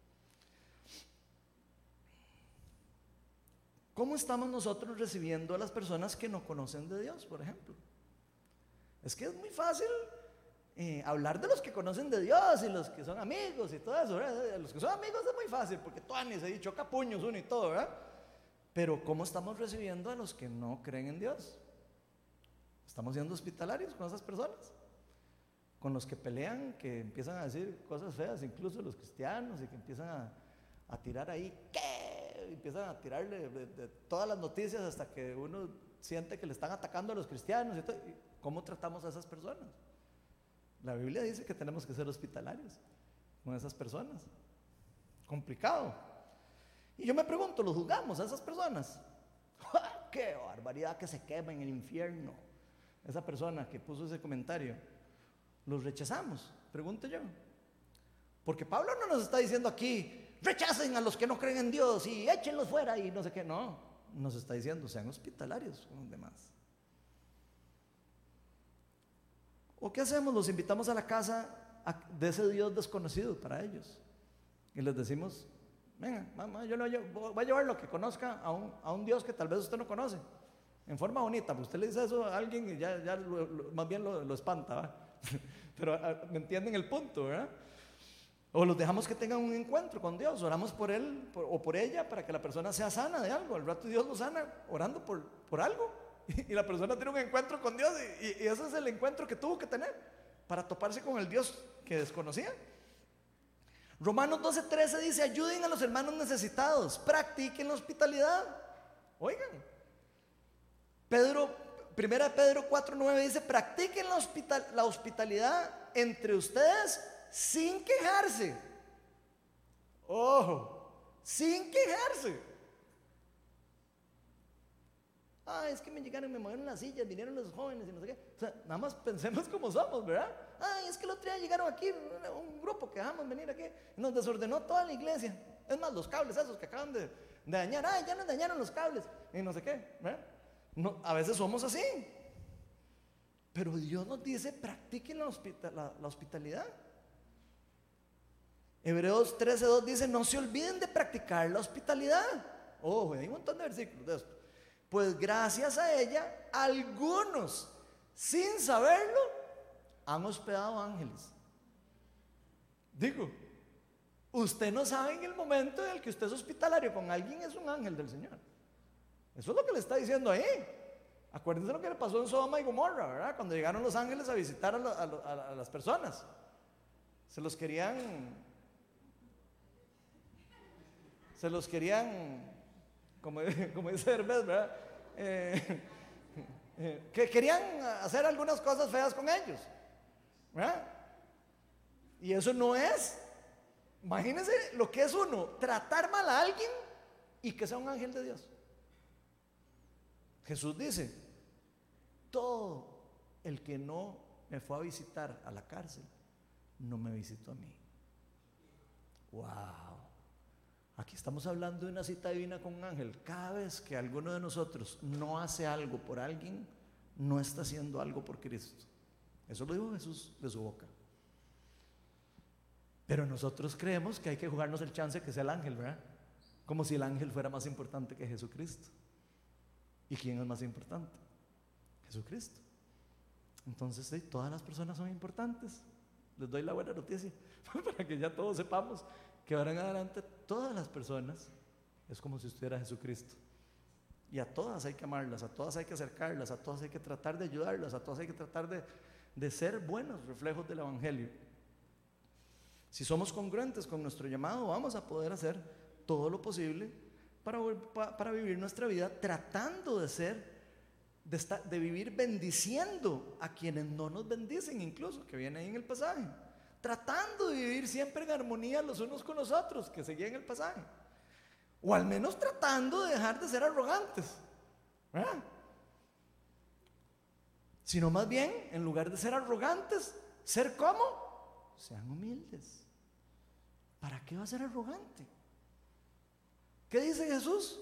¿Cómo estamos nosotros recibiendo a las personas que no conocen de Dios, por ejemplo? Es que es muy fácil eh, hablar de los que conocen de Dios y los que son amigos y todo eso, ¿verdad? Los que son amigos es muy fácil porque tuanis, ahí choca puños uno y todo, ¿verdad? Pero ¿cómo estamos recibiendo a los que no creen en Dios? ¿Estamos siendo hospitalarios con esas personas? Con los que pelean, que empiezan a decir cosas feas, incluso los cristianos, y que empiezan a, a tirar ahí, ¿qué? Empiezan a tirarle de, de, de todas las noticias hasta que uno siente que le están atacando a los cristianos. Y todo. ¿Cómo tratamos a esas personas? La Biblia dice que tenemos que ser hospitalarios. con esas personas. Complicado. Y yo me pregunto, ¿los juzgamos a esas personas? ¡Qué barbaridad que se quema en el infierno! Esa persona que puso ese comentario, ¿los rechazamos? Pregunto yo. Porque Pablo no nos está diciendo aquí, rechacen a los que no creen en Dios y échenlos fuera y no sé qué. No, nos está diciendo, sean hospitalarios con los demás. ¿O qué hacemos? Los invitamos a la casa de ese Dios desconocido para ellos y les decimos, venga, mamá, yo lo llevo, voy a llevar lo que conozca a un, a un Dios que tal vez usted no conoce, en forma bonita. Pues usted le dice eso a alguien y ya, ya lo, lo, más bien lo, lo espanta, ¿verdad? Pero me entienden el punto, ¿verdad? O los dejamos que tengan un encuentro con Dios, oramos por él por, o por ella para que la persona sea sana de algo. Al rato Dios lo sana orando por, por algo y, y la persona tiene un encuentro con Dios y, y, y ese es el encuentro que tuvo que tener para toparse con el Dios que desconocía. Romanos doce trece dice, ayuden a los hermanos necesitados, practiquen la hospitalidad. Oigan, Pedro, primera de Pedro cuatro nueve dice, practiquen la, hospital, la hospitalidad entre ustedes sin quejarse. Ojo, sin quejarse. Ah, es que me llegaron, me movieron las sillas, vinieron los jóvenes y no sé qué. O sea, nada más pensemos como somos, ¿verdad? Ay, es que el otro día llegaron aquí, un grupo que dejamos venir aquí, nos desordenó toda la iglesia. Es más, los cables esos que acaban de, de dañar, ay, ya nos dañaron los cables y no sé qué, ¿verdad? No, a veces somos así. Pero Dios nos dice, practiquen la, hospital, la, la hospitalidad. Hebreos trece dos dice, no se olviden de practicar la hospitalidad. Oh, hay un montón de versículos de esto. Pues gracias a ella, algunos, sin saberlo, han hospedado ángeles. Digo, usted no sabe en el momento en el que usted es hospitalario con alguien, es un ángel del Señor. Eso es lo que le está diciendo ahí. Acuérdense lo que le pasó en Sodoma y Gomorra, ¿verdad? Cuando llegaron los ángeles a visitar a, lo, a, lo, a las personas. Se los querían, se los querían, como, como dice Hermes, ¿verdad? Eh, eh, que querían hacer algunas cosas feas con ellos, ¿verdad? Y eso no es, imagínense lo que es uno, tratar mal a alguien y que sea un ángel de Dios. Jesús dice, todo el que no me fue a visitar a la cárcel, no me visitó a mí. Wow. Aquí estamos hablando de una cita divina con un ángel. Cada vez que alguno de nosotros no hace algo por alguien, no está haciendo algo por Cristo. Eso lo dijo Jesús de su boca. Pero nosotros creemos que hay que jugarnos el chance que sea el ángel, ¿verdad? Como si el ángel fuera más importante que Jesucristo. ¿Y quién es más importante? Jesucristo. Entonces, sí, todas las personas son importantes. Les doy la buena noticia para que ya todos sepamos que ahora en adelante todas las personas es como si estuviera Jesucristo. Y a todas hay que amarlas, a todas hay que acercarlas, a todas hay que tratar de ayudarlas, a todas hay que tratar de, de ser buenos reflejos del Evangelio. Si somos congruentes con nuestro llamado, vamos a poder hacer todo lo posible para, para, para vivir nuestra vida tratando de ser, de, estar, de vivir bendiciendo a quienes no nos bendicen, incluso, que viene ahí en el pasaje. Tratando de vivir siempre en armonía los unos con los otros, que seguía en el pasaje. O al menos tratando de dejar de ser arrogantes, ¿verdad? Sino más bien, en lugar de ser arrogantes, ser como, sean humildes. ¿Para qué va a ser arrogante? ¿Qué dice Jesús?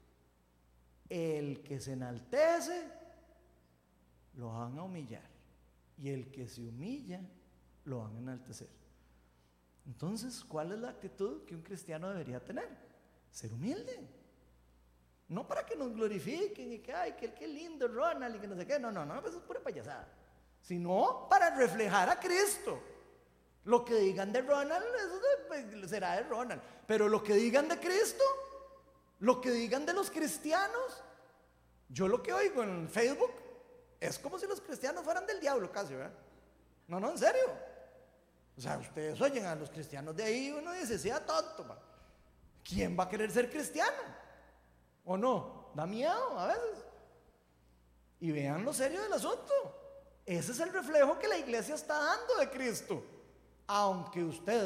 El que se enaltece, lo van a humillar. Y el que se humilla, lo van a enaltecer. Entonces, ¿cuál es la actitud que un cristiano debería tener? Ser humilde. No para que nos glorifiquen y que, ay, que, que lindo Ronald y que no sé qué. No, no, no, eso es pura payasada. Sino para reflejar a Cristo. Lo que digan de Ronald, eso será de Ronald. Pero lo que digan de Cristo, lo que digan de los cristianos, yo lo que oigo en Facebook es como si los cristianos fueran del diablo casi, ¿verdad? No, no, en serio. O sea, ustedes oyen a los cristianos de ahí y uno dice, sea tonto, man. ¿Quién va a querer ser cristiano? ¿O no? Da miedo a veces. Y vean lo serio del asunto. Ese es el reflejo que la iglesia está dando de Cristo. Aunque usted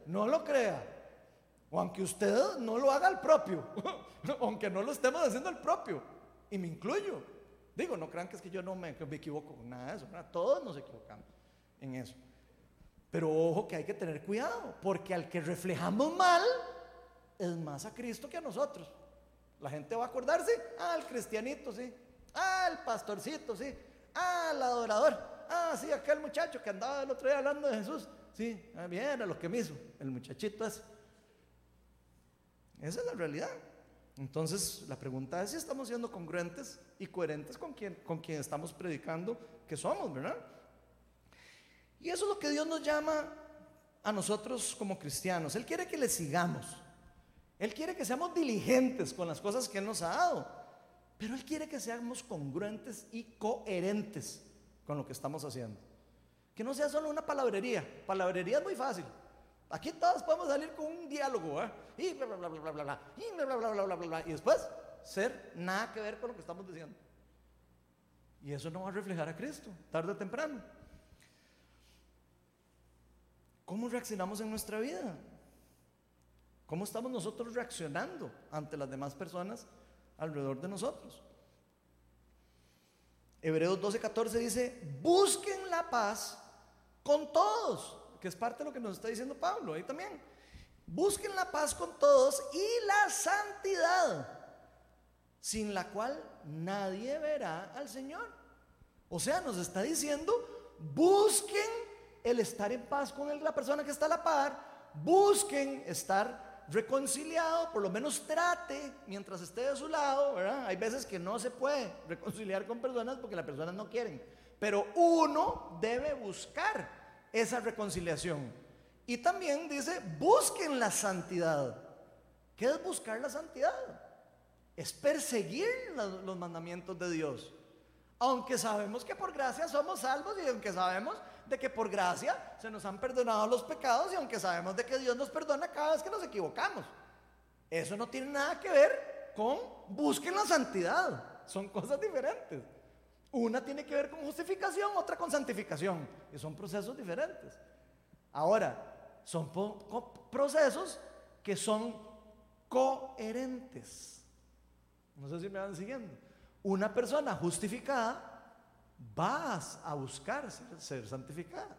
no lo crea. O aunque usted no lo haga al propio, aunque no lo estemos haciendo al propio, y me incluyo. Digo, no crean que es que yo no me, me equivoco con nada de eso, ¿verdad? Todos nos equivocamos en eso. Pero ojo que hay que tener cuidado, porque al que reflejamos mal es más a Cristo que a nosotros. La gente va a acordarse, ah, el cristianito, sí, ah, el pastorcito, sí, ah, el adorador, ah, sí, aquel muchacho que andaba el otro día hablando de Jesús, sí, ah, bien, a lo que me hizo, el muchachito ese. Esa es la realidad. Entonces la pregunta es si estamos siendo congruentes y coherentes con quien, con quien estamos predicando que somos, ¿verdad? Y eso es lo que Dios nos llama a nosotros como cristianos. Él quiere que le sigamos. Él quiere que seamos diligentes con las cosas que Él nos ha dado, pero Él quiere que seamos congruentes y coherentes con lo que estamos haciendo. Que no sea solo una palabrería. Palabrería es muy fácil. Aquí todos podemos salir con un diálogo, ¿eh? Y bla bla bla bla bla bla, y bla bla bla bla bla bla, y después ser nada que ver con lo que estamos diciendo. Y eso no va a reflejar a Cristo, tarde o temprano. ¿Cómo reaccionamos en nuestra vida? ¿Cómo estamos nosotros reaccionando ante las demás personas alrededor de nosotros? Hebreos doce catorce dice: busquen la paz con todos, que es parte de lo que nos está diciendo Pablo ahí también. Busquen la paz con todos y la santidad, sin la cual nadie verá al Señor. O sea, nos está diciendo: busquen el estar en paz con la persona que está a la par, busquen estar reconciliado, por lo menos trate mientras esté de su lado, ¿verdad? Hay veces que no se puede reconciliar con personas porque las personas no quieren, pero uno debe buscar esa reconciliación. Y también dice: busquen la santidad. ¿Qué es buscar la santidad? Es perseguir los, los mandamientos de Dios, aunque sabemos que por gracia somos salvos, y aunque sabemos de que por gracia se nos han perdonado los pecados, y aunque sabemos de que Dios nos perdona cada vez que nos equivocamos. Eso no tiene nada que ver con busquen la santidad. Son cosas diferentes. Una tiene que ver con justificación, otra con santificación, y son procesos diferentes. Ahora, son procesos que son coherentes. No sé si me van siguiendo. Una persona justificada vas a buscar ser, ser santificada,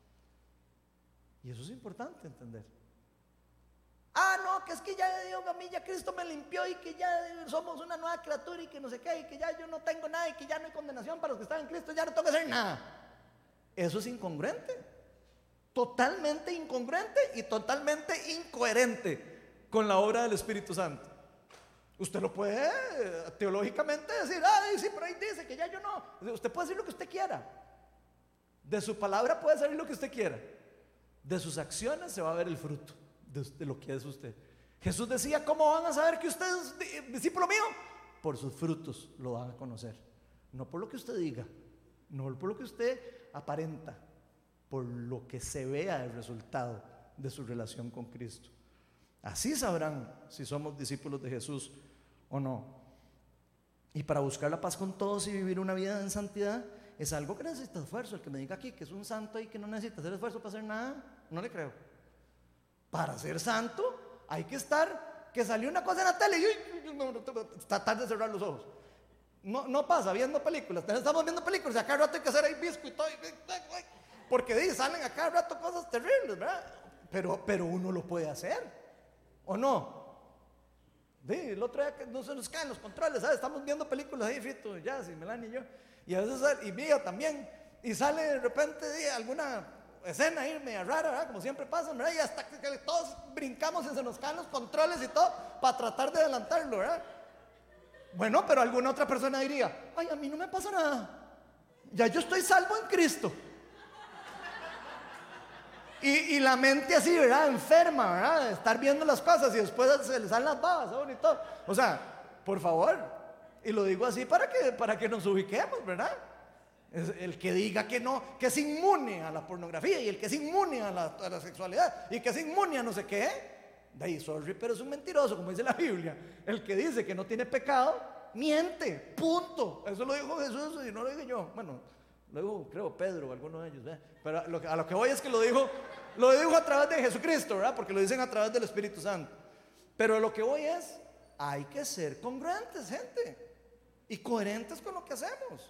y eso es importante entender. Ah, no, que es que ya Dios, a mí ya Cristo me limpió, y que ya somos una nueva criatura, y que no sé qué, y que ya yo no tengo nada, y que ya no hay condenación para los que están en Cristo, ya no tengo que hacer nada. Eso es incongruente, totalmente incongruente y totalmente incoherente con la obra del Espíritu Santo. Usted lo puede teológicamente decir: ay, sí, pero ahí dice que ya yo no. Usted puede decir lo que usted quiera. De su palabra puede salir lo que usted quiera. De sus acciones se va a ver el fruto de, de lo que es usted. Jesús decía: ¿cómo van a saber que usted es discípulo mío? Por sus frutos lo van a conocer. No por lo que usted diga, no por lo que usted aparenta, por lo que se vea el resultado de su relación con Cristo. Así sabrán si somos discípulos de Jesús o no. Y para buscar la paz con todos y vivir una vida en santidad es algo que necesita esfuerzo. El que me diga aquí que es un santo y que no necesita hacer esfuerzo para hacer nada, no le creo. Para ser santo hay que estar, que salió una cosa en la tele y no, no, tratar de cerrar los ojos. No, no pasa viendo películas. Estamos viendo películas y a cada rato hay que hacer ahí visco y todo, porque di, salen a cada rato cosas terribles, ¿verdad? Pero, pero uno lo puede hacer, ¿o no? Sí, el otro día que no se nos caen los controles, ¿sabes? Estamos viendo películas ahí, Fito, ya, sí, Melanie y yo, y a veces, y Mía también, y sale de repente sí, alguna escena ahí media rara, ¿verdad? Como siempre pasa, ¿verdad? Y hasta que todos brincamos y se nos caen los controles y todo para tratar de adelantarlo, ¿verdad? Bueno, pero alguna otra persona diría: ay, a mí no me pasa nada, ya yo estoy salvo en Cristo. Y, y la mente así, ¿verdad? Enferma, ¿verdad? De estar viendo las cosas y después se le salen las babas, ¿no? Y todo. O sea, por favor. Y lo digo así para que, para que nos ubiquemos, ¿verdad? Es el que diga que no, que es inmune a la pornografía, y el que es inmune a la, a la sexualidad, y que es inmune a no sé qué, de ahí, sorry, pero es un mentiroso, como dice la Biblia. El que dice que no tiene pecado, miente, punto. Eso lo dijo Jesús y no lo dije yo. Bueno, Lo dijo, creo, Pedro o alguno de ellos, ¿verdad? Pero a lo, que, a lo que voy es que lo dijo, lo dijo a través de Jesucristo, ¿verdad? Porque lo dicen a través del Espíritu Santo. Pero a lo que voy es, hay que ser congruentes, gente, y coherentes con lo que hacemos.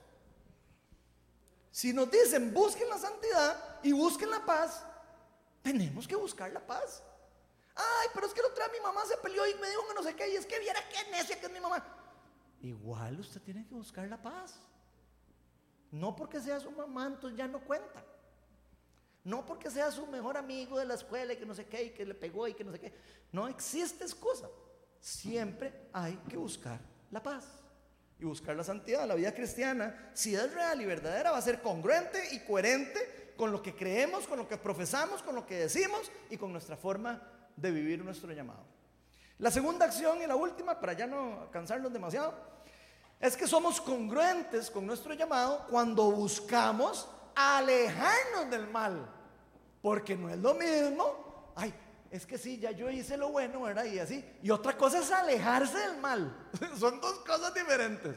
Si nos dicen busquen la santidad y busquen la paz, tenemos que buscar la paz. Ay, pero es que el otro día mi mamá se peleó y me dijo que no sé qué, y es que viera qué necia que es mi mamá. Igual usted tiene que buscar la paz. No porque sea su mamá, entonces ya no cuenta. No porque sea su mejor amigo de la escuela y que no sé qué, y que le pegó y que no sé qué. No existe excusa. Siempre hay que buscar la paz y buscar la santidad. La vida cristiana, si es real y verdadera, va a ser congruente y coherente con lo que creemos, con lo que profesamos, con lo que decimos y con nuestra forma de vivir nuestro llamado. La segunda acción y la última, para ya no cansarnos demasiado, es que somos congruentes con nuestro llamado cuando buscamos alejarnos del mal. Porque no es lo mismo, ay, es que sí, ya yo hice lo bueno, ¿verdad? Y así. Y otra cosa es alejarse del mal. Son dos cosas diferentes.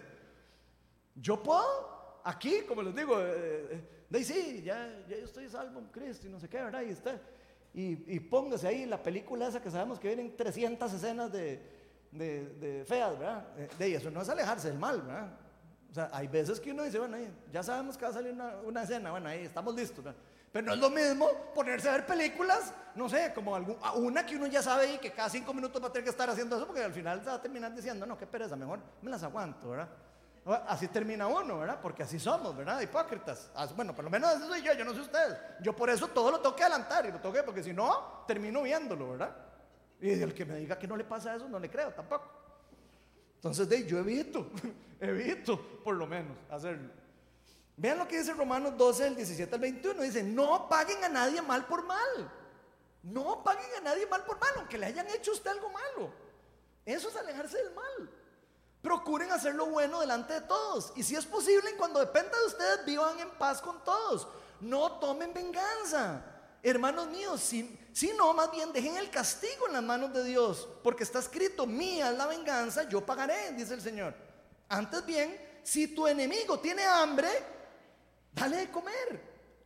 Yo puedo, aquí, como les digo, eh, de sí, ya, ya yo estoy salvo en Cristo y no sé qué, ¿verdad? Y, está, y, y póngase ahí la película esa que sabemos que vienen trescientas escenas de, de, de feas, ¿verdad? De eso no es alejarse del mal, ¿verdad? O sea, hay veces que uno dice, bueno, ahí, ya sabemos que va a salir una, una escena, bueno, ahí estamos listos, ¿verdad? Pero no es lo mismo ponerse a ver películas, no sé, como algún, una que uno ya sabe y que cada cinco minutos va a tener que estar haciendo eso, porque al final se va a terminar diciendo, no, qué pereza, mejor me las aguanto, ¿verdad? Así termina uno, ¿verdad? Porque así somos, ¿verdad? Hipócritas. Bueno, por lo menos eso soy yo, yo no sé ustedes. Yo por eso todo lo tengo que adelantar y lo tengo que, porque si no, termino viéndolo, ¿verdad? Y el que me diga que no le pasa eso, no le creo tampoco. Entonces, de, yo evito, evito por lo menos hacerlo. Vean lo que dice Romanos doce, del diecisiete al veintiuno. Dice, no paguen a nadie mal por mal. No paguen a nadie mal por mal, aunque le hayan hecho a usted algo malo. Eso es alejarse del mal. Procuren hacer lo bueno delante de todos. Y si es posible, cuando dependa de ustedes, vivan en paz con todos. No tomen venganza, hermanos míos. Si, si no, más bien dejen el castigo en las manos de Dios. Porque está escrito, mía es la venganza, yo pagaré, dice el Señor. Antes bien, si tu enemigo tiene hambre, dale de comer.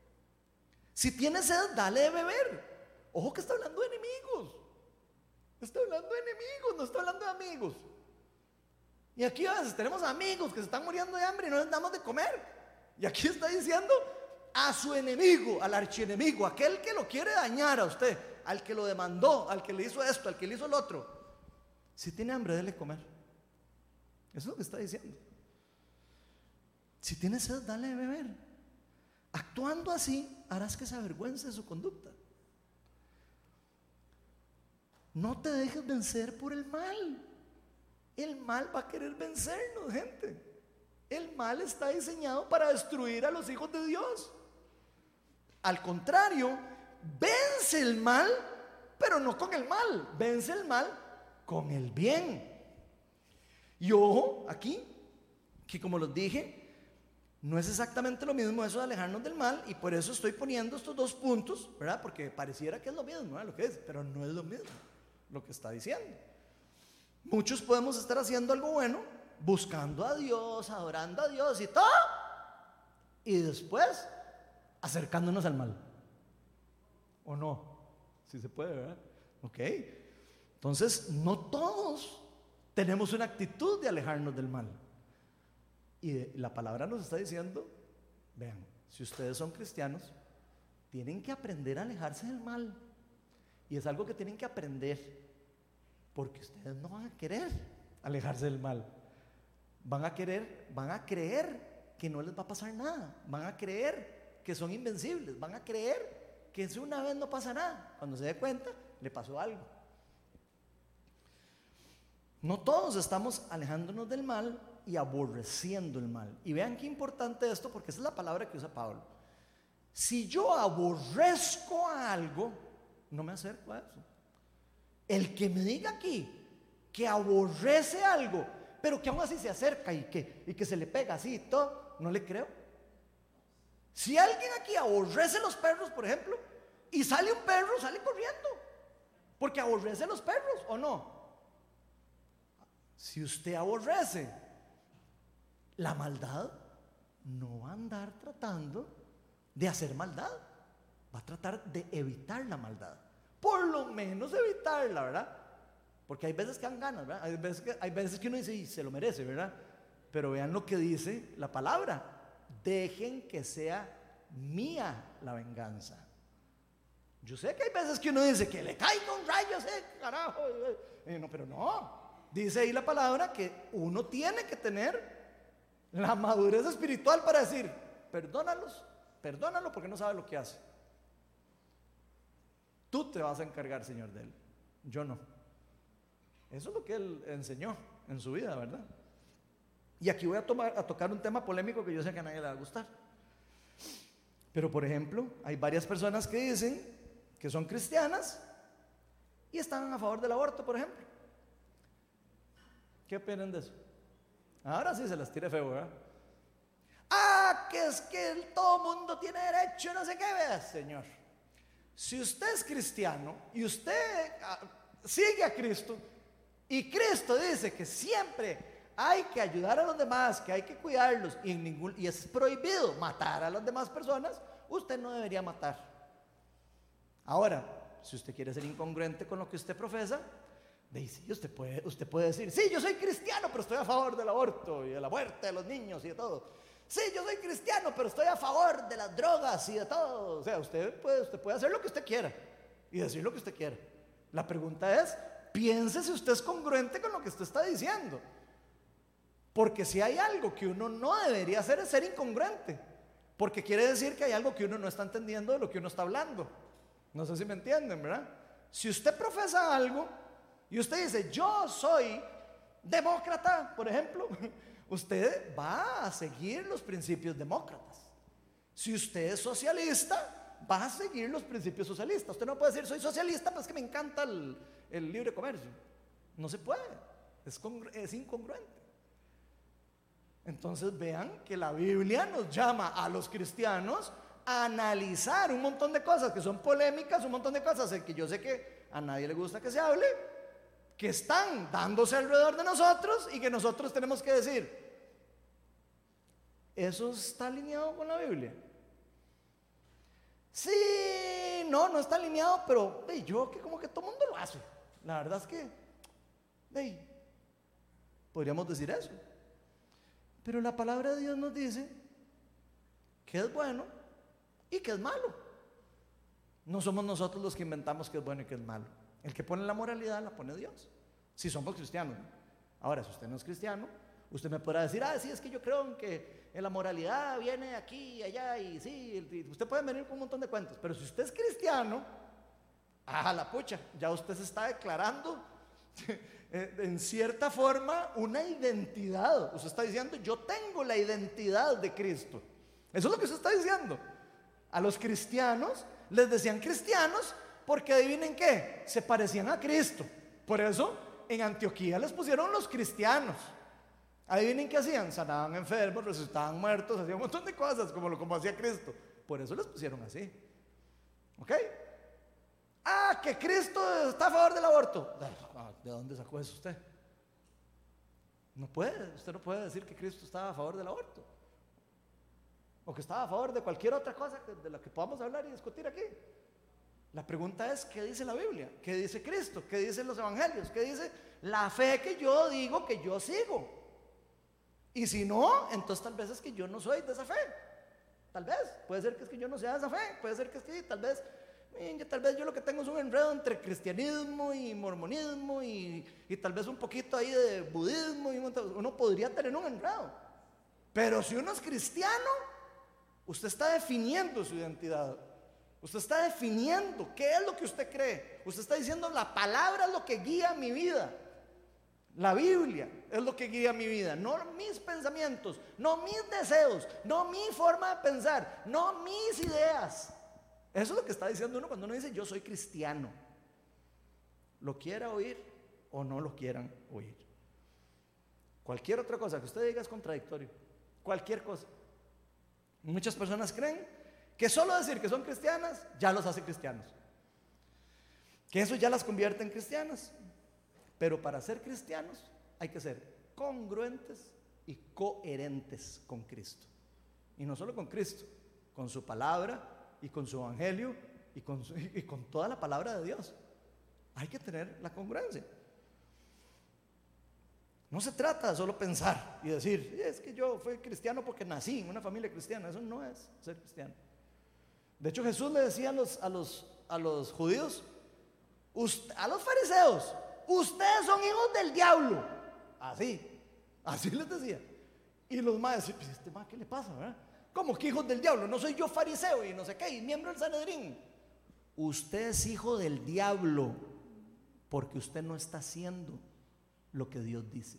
Si tiene sed, dale de beber. Ojo que está hablando de enemigos. Está hablando de enemigos, no está hablando de amigos. Y aquí a veces tenemos amigos que se están muriendo de hambre y no les damos de comer. Y aquí está diciendo a su enemigo, al archienemigo, aquel que lo quiere dañar a usted, al que lo demandó, al que le hizo esto, al que le hizo lo otro. Si tiene hambre, dele comer. Eso es lo que está diciendo. Si tiene sed, dale de beber. Actuando así, harás que se avergüence de su conducta. No te dejes vencer por el mal. El mal va a querer vencernos, gente. El mal está diseñado para destruir a los hijos de Dios. Al contrario, vence el mal, pero no con el mal. Vence el mal con el bien. Y ojo, aquí, que como les dije, no es exactamente lo mismo eso de alejarnos del mal, y por eso estoy poniendo estos dos puntos, ¿verdad? Porque pareciera que es lo mismo, ¿verdad? Lo que es, pero no es lo mismo lo que está diciendo. Muchos podemos estar haciendo algo bueno, buscando a Dios, adorando a Dios y todo, y después acercándonos al mal. ¿O no? Si se puede, ¿verdad? Ok. Entonces, no todos tenemos una actitud de alejarnos del mal. Y la palabra nos está diciendo, vean, si ustedes son cristianos, tienen que aprender a alejarse del mal. Y es algo que tienen que aprender, porque ustedes no van a querer alejarse del mal. Van a querer, van a creer que no les va a pasar nada. Van a creer que son invencibles. Van a creer que si una vez no pasa nada, cuando se dé cuenta, le pasó algo. No todos estamos alejándonos del mal y aborreciendo el mal. Y vean qué importante esto, porque esa es la palabra que usa Pablo. Si yo aborrezco a algo, no me acerco a eso. El que me diga aquí que aborrece algo, pero que aún así se acerca y que, y que se le pega así y todo, no le creo. Si alguien aquí aborrece los perros, por ejemplo, y sale un perro, sale corriendo, porque aborrece los perros, ¿o no? Si usted aborrece la maldad, no va a andar tratando de hacer maldad, va a tratar de evitar la maldad, por lo menos evitarla, ¿verdad? Porque hay veces que dan ganas, ¿verdad? Hay veces que, hay veces que uno dice, y se lo merece, ¿verdad? Pero vean lo que dice la palabra: dejen que sea mía la venganza. Yo sé que hay veces que uno dice que le caiga un rayo, ese carajo, eh, no, pero no. Dice ahí la palabra que uno tiene que tener la madurez espiritual para decir, perdónalos, perdónalo porque no sabe lo que hace. Tú te vas a encargar, Señor, de él, yo no. Eso es lo que él enseñó en su vida, ¿verdad? Y aquí voy a, tomar, a tocar un tema polémico que yo sé que a nadie le va a gustar. Pero, por ejemplo, hay varias personas que dicen que son cristianas y están a favor del aborto, por ejemplo. ¿Qué opinan de eso? Ahora sí se las tire feo, ¿verdad? Ah, que es que el, todo mundo tiene derecho, no sé qué. Vea, señor, si usted es cristiano y usted ah, sigue a Cristo, y Cristo dice que siempre hay que ayudar a los demás, que hay que cuidarlos, y, en ningún, y es prohibido matar a las demás personas, usted no debería matar. Ahora, si usted quiere ser incongruente con lo que usted profesa, dice, usted puede, usted puede decir, sí, yo soy cristiano, pero estoy a favor del aborto y de la muerte de los niños y de todo. Sí, yo soy cristiano, pero estoy a favor de las drogas y de todo. O sea, usted puede, usted puede hacer lo que usted quiera y decir lo que usted quiera. La pregunta es, piense si usted es congruente con lo que usted está diciendo. Porque si hay algo que uno no debería hacer es ser incongruente. Porque quiere decir que hay algo que uno no está entendiendo de lo que uno está hablando. No sé si me entienden, ¿verdad? Si usted profesa algo y usted dice, yo soy demócrata, por ejemplo, usted va a seguir los principios demócratas. Si usted es socialista, va a seguir los principios socialistas. Usted no puede decir, soy socialista, pues que me encanta el, el libre comercio. No se puede, es, es incongruente. Entonces vean que la Biblia nos llama a los cristianos a analizar un montón de cosas que son polémicas, un montón de cosas que yo sé que a nadie le gusta que se hable, que están dándose alrededor de nosotros y que nosotros tenemos que decir, ¿eso está alineado con la Biblia? Sí, no, no está alineado, pero hey, yo que como que todo el mundo lo hace. La verdad es que hey, podríamos decir eso. Pero la palabra de Dios nos dice que es bueno y que es malo. No somos nosotros los que inventamos que es bueno y que es malo. El que pone la moralidad la pone Dios. Si somos cristianos. Ahora, si usted no es cristiano, usted me podrá decir, ah, sí, es que yo creo en que en la moralidad viene aquí y allá, y sí, usted puede venir con un montón de cuentos. Pero si usted es cristiano, ah, la pucha, ya usted se está declarando en cierta forma una identidad. Usted está diciendo, yo tengo la identidad de Cristo. Eso es lo que usted está diciendo. A los cristianos les decían cristianos porque adivinen qué, se parecían a Cristo. Por eso en Antioquía les pusieron los cristianos. Adivinen qué hacían, sanaban enfermos, resucitaban muertos, hacían un montón de cosas como, lo, como hacía Cristo. Por eso les pusieron así. ¿Ok? Ah, que Cristo está a favor del aborto. ¿De dónde sacó eso usted? No puede, usted no puede decir que Cristo estaba a favor del aborto. O que estaba a favor de cualquier otra cosa de la que podamos hablar y discutir aquí. La pregunta es, ¿qué dice la Biblia? ¿Qué dice Cristo? ¿Qué dicen los evangelios? ¿Qué dice la fe que yo digo que yo sigo? Y si no, entonces tal vez es que yo no soy de esa fe. Tal vez, puede ser que es que yo no sea de esa fe. Puede ser que es que tal vez Tal vez yo lo que tengo es un enredo entre cristianismo y mormonismo y, y tal vez un poquito ahí de budismo y uno podría tener un enredo. Pero si uno es cristiano, usted está definiendo su identidad. Usted está definiendo qué es lo que usted cree. Usted está diciendo la palabra es lo que guía mi vida. La Biblia es lo que guía mi vida, no mis pensamientos, no mis deseos, no mi forma de pensar, no mis ideas. Eso es lo que está diciendo uno cuando uno dice yo soy cristiano. Lo quiera oír o no lo quieran oír. Cualquier otra cosa que usted diga es contradictorio. Cualquier cosa. Muchas personas creen que solo decir que son cristianas ya los hace cristianos. Que eso ya las convierte en cristianas. Pero para ser cristianos hay que ser congruentes y coherentes con Cristo. Y no solo con Cristo, con su palabra y con su evangelio y con, su, y con toda la palabra de Dios. Hay que tener la congruencia. No se trata de solo pensar y decir, es que yo fui cristiano porque nací en una familia cristiana. Eso no es ser cristiano. De hecho, Jesús le decía a los, a los, a los judíos, a los fariseos, ustedes son hijos del diablo. Así, así les decía. Y los más decían, pues este más, ¿qué le pasa? ¿Verdad? ¿Cómo que hijos del diablo? No soy yo fariseo y no sé qué, y miembro del Sanedrín. Usted es hijo del diablo porque usted no está haciendo lo que Dios dice.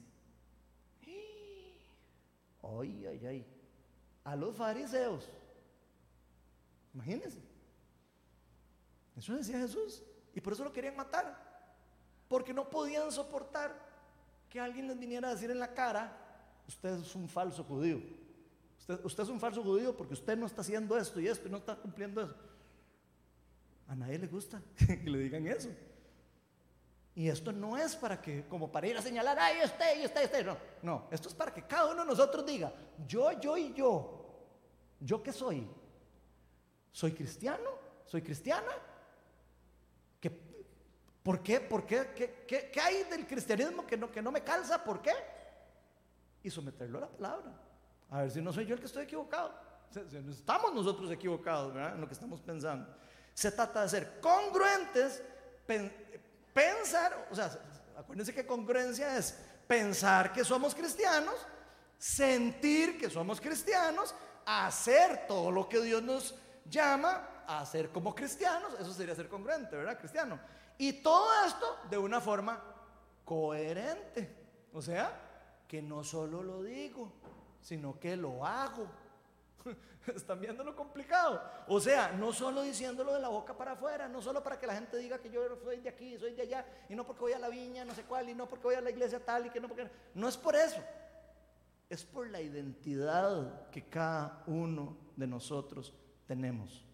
Ay, ay, ay. A los fariseos. Imagínense. Eso decía Jesús. Y por eso lo querían matar. Porque no podían soportar que alguien les viniera a decir en la cara, usted es un falso judío. Usted, usted es un falso judío porque usted no está haciendo esto y esto y no está cumpliendo eso. A nadie le gusta que le digan eso. Y esto no es para que, como para ir a señalar, ay, este, y este, este. No, no, esto es para que cada uno de nosotros diga, yo, yo y yo. ¿Yo qué soy? ¿Soy cristiano? ¿Soy cristiana? ¿Qué, ¿Por qué? ¿Por qué? ¿Qué, qué, qué hay del cristianismo que no, que no me calza? ¿Por qué? Y someterlo a la palabra. A ver si no soy yo el que estoy equivocado. Estamos nosotros equivocados, ¿verdad? En lo que estamos pensando. Se trata de ser congruentes, pen, pensar, o sea, acuérdense que congruencia es pensar que somos cristianos, sentir que somos cristianos, hacer todo lo que Dios nos llama a hacer como cristianos. Eso sería ser congruente, ¿verdad? Cristiano. Y todo esto de una forma coherente. O sea, que no solo lo digo, sino que lo hago. ¿Están viendo lo complicado? O sea, no solo diciéndolo de la boca para afuera, no solo para que la gente diga que yo soy de aquí, soy de allá, y no porque voy a la viña, no sé cuál, y no porque voy a la iglesia tal, y que no porque... No es por eso, es por la identidad que cada uno de nosotros tenemos.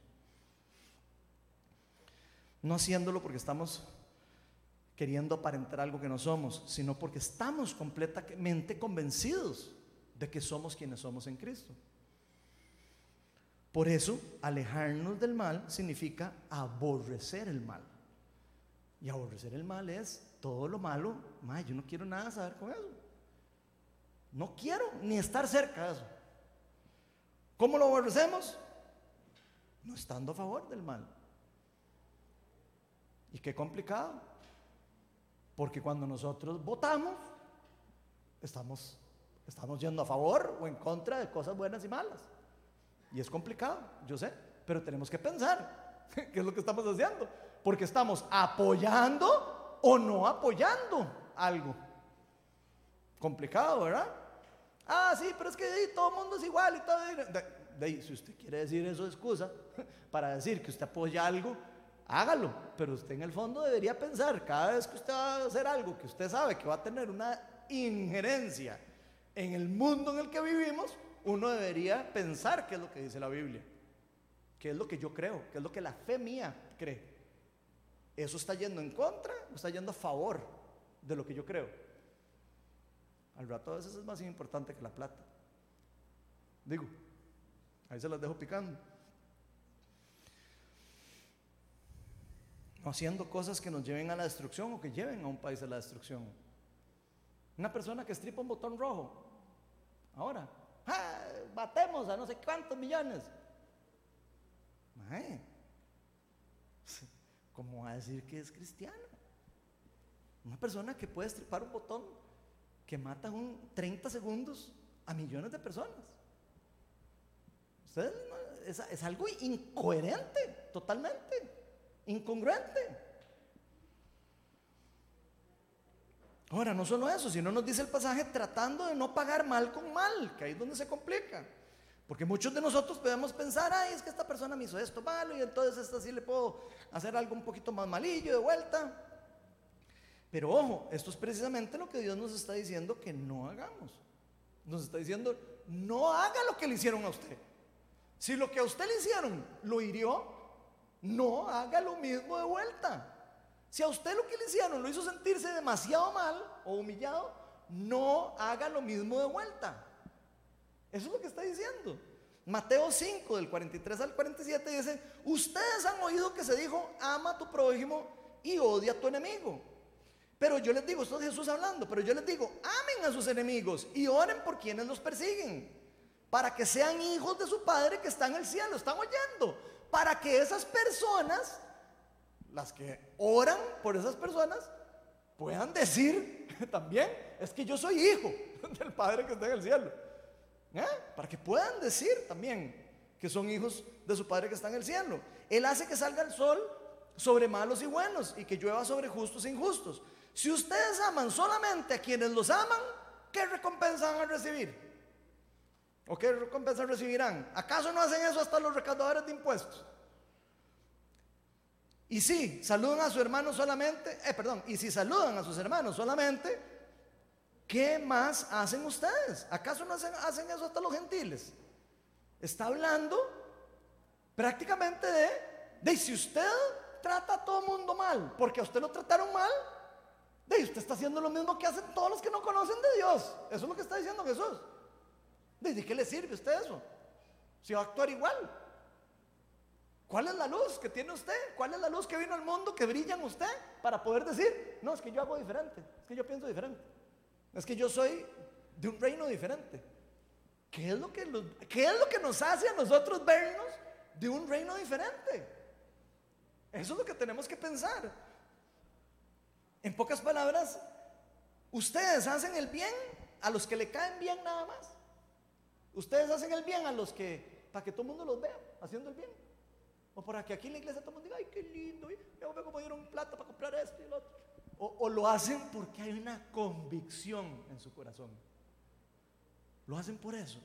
No haciéndolo porque estamos queriendo aparentar algo que no somos, sino porque estamos completamente convencidos de que somos quienes somos en Cristo. Por eso, alejarnos del mal significa aborrecer el mal. Y aborrecer el mal es todo lo malo. Ma, yo no quiero nada saber con eso. No quiero ni estar cerca de eso. ¿Cómo lo aborrecemos? No estando a favor del mal. Y qué complicado. Porque cuando nosotros votamos, estamos, estamos yendo a favor o en contra de cosas buenas y malas. Y es complicado, yo sé, pero tenemos que pensar qué es lo que estamos haciendo, porque estamos apoyando o no apoyando algo. Complicado, ¿verdad? Ah, sí, pero es que ahí todo el mundo es igual y todo. De, de ahí, si usted quiere decir eso de excusa para decir que usted apoya algo, hágalo, pero usted en el fondo debería pensar cada vez que usted va a hacer algo que usted sabe que va a tener una injerencia en el mundo en el que vivimos. Uno debería pensar qué es lo que dice la Biblia, qué es lo que yo creo, qué es lo que la fe mía cree. ¿Eso está yendo en contra o está yendo a favor de lo que yo creo? Al rato a veces es más importante que la plata. Digo, ahí se las dejo picando. No haciendo cosas que nos lleven a la destrucción o que lleven a un país a la destrucción. Una persona que estripa un botón rojo, ahora ¡ah! Batemos a no sé cuántos millones. Ay, ¿cómo va a decir que es cristiano? Una persona que puede estripar un botón que mata en treinta segundos a millones de personas. Ustedes, es, es algo incoherente, totalmente incongruente. Ahora, no solo eso, sino nos dice el pasaje tratando de no pagar mal con mal, que ahí es donde se complica. Porque muchos de nosotros podemos pensar, ay, es que esta persona me hizo esto malo y entonces esta sí le puedo hacer algo un poquito más malillo de vuelta. Pero ojo, esto es precisamente lo que Dios nos está diciendo que no hagamos. Nos está diciendo, no haga lo que le hicieron a usted. Si lo que a usted le hicieron lo hirió, no haga lo mismo de vuelta. Si a usted lo que le hicieron lo hizo sentirse demasiado mal o humillado, no haga lo mismo de vuelta. Eso es lo que está diciendo. Mateo cinco, del cuarenta y tres al cuarenta y siete, dice: ustedes han oído que se dijo, ama a tu prójimo y odia a tu enemigo. Pero yo les digo, esto es Jesús hablando, pero yo les digo, amen a sus enemigos y oren por quienes los persiguen, para que sean hijos de su Padre que está en el cielo. ¿Están oyendo? Para que esas personas, las que oran por esas personas, puedan decir también, es que yo soy hijo del Padre que está en el cielo. ¿Eh? Para que puedan decir también que son hijos de su Padre que está en el cielo. Él hace que salga el sol sobre malos y buenos y que llueva sobre justos e injustos. Si ustedes aman solamente a quienes los aman, ¿qué recompensa van a recibir? ¿O qué recompensa recibirán? ¿Acaso no hacen eso hasta los recaudadores de impuestos? Y si saludan a su hermano solamente, eh, perdón, y si saludan a sus hermanos solamente, ¿qué más hacen ustedes? ¿Acaso no hacen, hacen eso hasta los gentiles? Está hablando prácticamente de, de si usted trata a todo mundo mal, porque a usted lo trataron mal, de usted está haciendo lo mismo que hacen todos los que no conocen de Dios. Eso es lo que está diciendo Jesús. ¿De qué le sirve a usted eso? Si va a actuar igual. ¿Cuál es la luz que tiene usted? ¿Cuál es la luz que vino al mundo que brilla en usted para poder decir, no, es que yo hago diferente, es que yo pienso diferente, es que yo soy de un reino diferente? ¿Qué es lo que, los, qué es lo que nos hace a nosotros vernos de un reino diferente? Eso es lo que tenemos que pensar. En pocas palabras, ustedes hacen el bien a los que le caen bien nada más. Ustedes hacen el bien a los que, para que todo el mundo los vea haciendo el bien. O para que aquí en la iglesia todo el mundo diga, ay, qué lindo, ya veo cómo dieron plata para comprar esto y lo otro. O, o lo hacen porque hay una convicción en su corazón. Lo hacen por eso.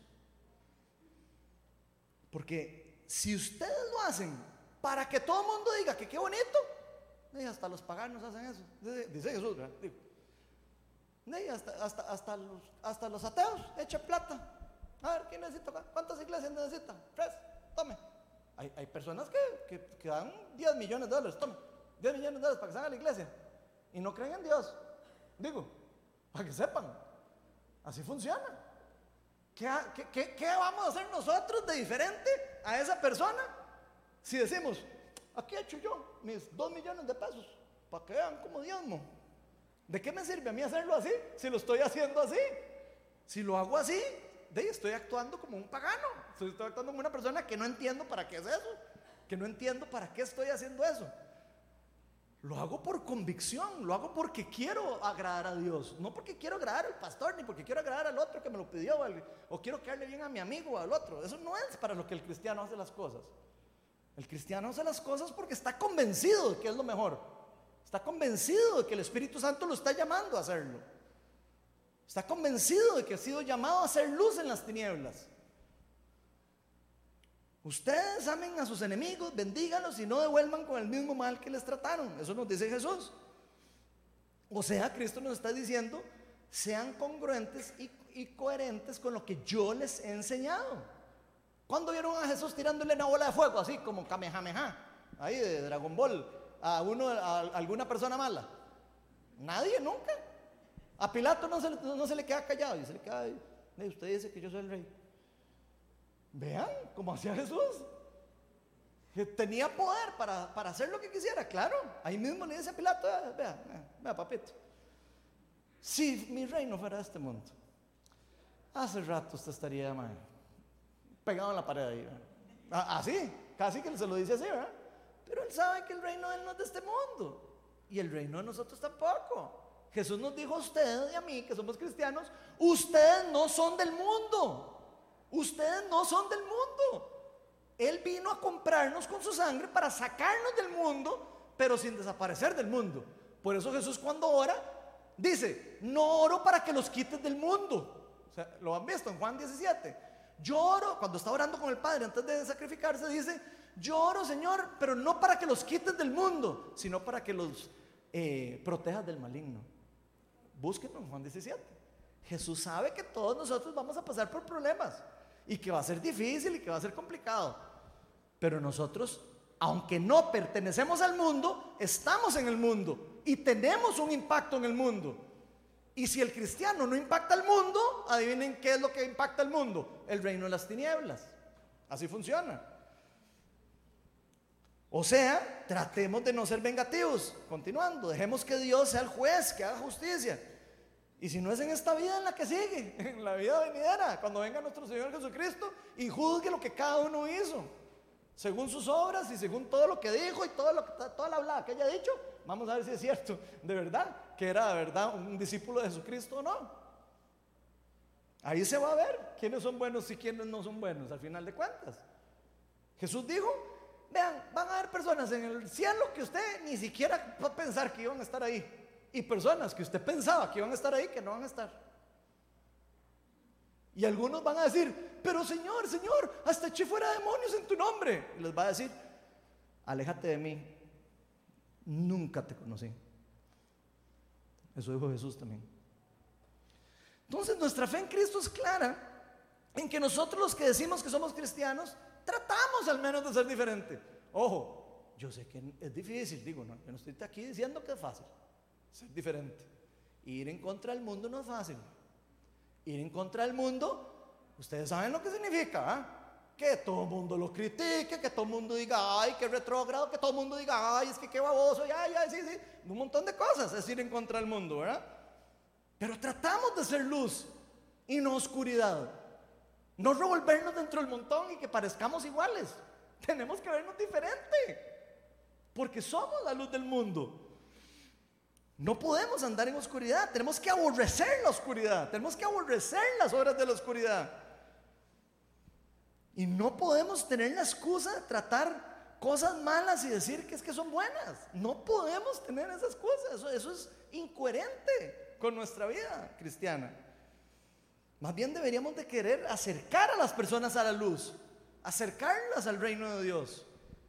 Porque si ustedes lo hacen para que todo el mundo diga que qué bonito, y hasta los paganos hacen eso, dice, dice Jesús, ¿verdad? Digo, y hasta, hasta, hasta, los, hasta los ateos echan plata. A ver, ¿quién necesita acá? ¿Cuántas iglesias necesitan? Tres, tome. Hay, hay personas que, que, que dan diez millones de dólares, tome, diez millones de dólares para que salgan a la iglesia y no creen en Dios. Digo, para que sepan, así funciona. ¿Qué, qué, qué, qué vamos a hacer nosotros de diferente a esa persona si decimos, aquí he hecho yo mis dos millones de pesos para que vean como diezmo? ¿De qué me sirve a mí hacerlo así si lo estoy haciendo así? Si lo hago así, de ahí estoy actuando como un pagano, estoy actuando como una persona que no entiendo para qué es eso, que no entiendo para qué estoy haciendo eso. Lo hago por convicción, lo hago porque quiero agradar a Dios, no porque quiero agradar al pastor, ni porque quiero agradar al otro que me lo pidió, o quiero quedarle bien a mi amigo o al otro. Eso no es para lo que el cristiano hace las cosas. El cristiano hace las cosas porque está convencido de que es lo mejor, está convencido de que el Espíritu Santo lo está llamando a hacerlo, está convencido de que ha sido llamado a hacer luz en las tinieblas. Ustedes amen a sus enemigos, bendíganlos y no devuelvan con el mismo mal que les trataron. Eso nos dice Jesús. O sea, Cristo nos está diciendo, sean congruentes y, y coherentes con lo que yo les he enseñado. ¿Cuándo vieron a Jesús tirándole una bola de fuego así como Kamehameha, ahí de Dragon Ball, a, uno, a alguna persona mala? Nadie, nunca. A Pilato no se, no se le queda callado y se le queda ahí, usted dice que yo soy el rey. Vean cómo hacía Jesús, que tenía poder para, para hacer lo que quisiera. Claro, ahí mismo le dice a Pilato, vea, vea, vea papito, si mi reino fuera de este mundo, hace rato usted estaría, man, pegado en la pared ahí, ¿verdad? Así, casi que se lo dice así, ¿verdad? Pero él sabe que el reino de él no es de este mundo, y el reino de nosotros tampoco. Jesús nos dijo a usted y a mí, que somos cristianos, ustedes no son del mundo. Ustedes no son del mundo. Él vino a comprarnos con su sangre para sacarnos del mundo, pero sin desaparecer del mundo. Por eso Jesús, cuando ora, dice, no oro para que los quites del mundo. O sea, lo han visto en Juan diecisiete. Yo oro, cuando está orando con el Padre antes de sacrificarse, dice, yo oro, Señor, pero no para que los quites del mundo, sino para que los eh, protejas del maligno. Búsquenlo en Juan diecisiete. Jesús sabe que todos nosotros vamos a pasar por problemas y que va a ser difícil y que va a ser complicado, pero nosotros, aunque no pertenecemos al mundo, estamos en el mundo y tenemos un impacto en el mundo. Y si el cristiano no impacta al mundo, adivinen qué es lo que impacta al mundo: el reino de las tinieblas. Así funciona. O sea, tratemos de no ser vengativos. Continuando, dejemos que Dios sea el juez, que haga justicia. Y si no es en esta vida, en la que sigue, en la vida venidera, cuando venga nuestro Señor Jesucristo y juzgue lo que cada uno hizo, según sus obras y según todo lo que dijo y todo lo que, toda la hablada que haya dicho. Vamos a ver si es cierto, de verdad, que era de verdad un discípulo de Jesucristo o no. Ahí se va a ver quiénes son buenos y quiénes no son buenos, al final de cuentas. Jesús dijo: vean, van a haber personas en el cielo que usted ni siquiera va a pensar que iban a estar ahí, y personas que usted pensaba que iban a estar ahí, que no van a estar. Y algunos van a decir: pero Señor, Señor, hasta eché fuera demonios en tu nombre. Y les va a decir: aléjate de mí, nunca te conocí. Eso dijo Jesús también. Entonces nuestra fe en Cristo es clara, en que nosotros los que decimos que somos cristianos tratamos al menos de ser diferente. Ojo, yo sé que es difícil, digo, no, yo no estoy aquí diciendo que es fácil ser diferente. Ir en contra del mundo no es fácil. Ir en contra del mundo, ustedes saben lo que significa, ¿eh? Que todo el mundo lo critique, que todo el mundo diga: ay, qué retrógrado, que todo el mundo diga: ay, es que qué baboso, ya, ya, sí, sí, un montón de cosas es ir en contra del mundo, ¿verdad? Pero tratamos de ser luz y no oscuridad. No revolvernos dentro del montón y que parezcamos iguales. Tenemos que vernos diferente, porque somos la luz del mundo. No podemos andar en oscuridad. Tenemos que aborrecer la oscuridad. Tenemos que aborrecer las horas de la oscuridad. Y no podemos tener la excusa de tratar cosas malas y decir que es que son buenas. No podemos tener esa excusa. Eso, eso es incoherente con nuestra vida cristiana. Más bien deberíamos de querer acercar a las personas a la luz, acercarlas al reino de Dios.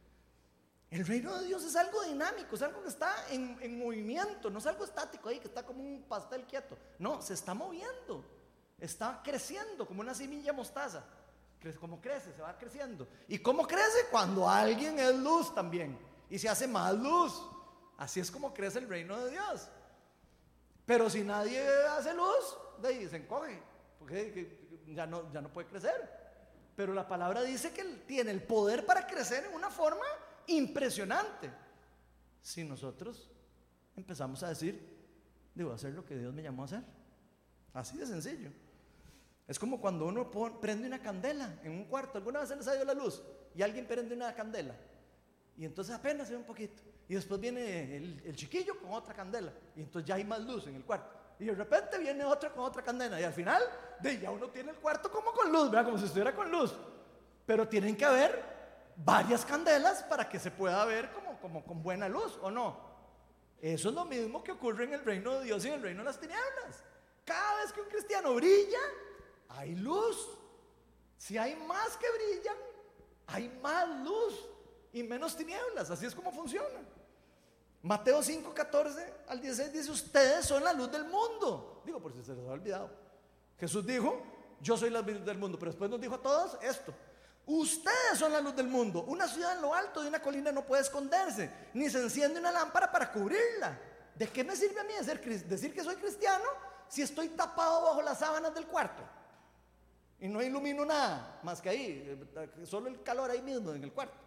El reino de Dios es algo dinámico, es algo que está en, en movimiento, no es algo estático ahí que está como un pastel quieto. No, se está moviendo, está creciendo como una semilla mostaza. Como crece, se va creciendo. ¿Y cómo crece? Cuando alguien es luz también y se hace más luz. Así es como crece el reino de Dios. Pero si nadie hace luz, de ahí se encoge, porque ya no, ya no puede crecer. Pero la palabra dice que él tiene el poder para crecer en una forma impresionante. Si nosotros empezamos a decir: debo hacer lo que Dios me llamó a hacer. Así de sencillo. Es como cuando uno pone, prende una candela en un cuarto. ¿Alguna vez se les ha ido la luz? Y alguien prende una candela y entonces apenas se ve un poquito, y después viene el, el chiquillo con otra candela, y entonces ya hay más luz en el cuarto, y de repente viene otro con otra candela, y al final de, ya uno tiene el cuarto como con luz, ¿verdad? Como si estuviera con luz. Pero tienen que haber varias candelas para que se pueda ver como, como con buena luz, ¿o no? Eso es lo mismo que ocurre en el reino de Dios y en el reino de las tinieblas. Cada vez que un cristiano brilla, hay luz. Si hay más que brillan, hay más luz y menos tinieblas. Así es como funciona. Mateo cinco, catorce al dieciséis dice: ustedes son la luz del mundo. Digo, por si se les ha olvidado, Jesús dijo: yo soy la luz del mundo. Pero después nos dijo a todos esto: ustedes son la luz del mundo. Una ciudad en lo alto de una colina no puede esconderse, ni se enciende una lámpara para cubrirla. ¿De qué me sirve a mí decir, decir que soy cristiano si estoy tapado bajo las sábanas del cuarto y no ilumino nada más que ahí, solo el calor ahí mismo en el cuarto?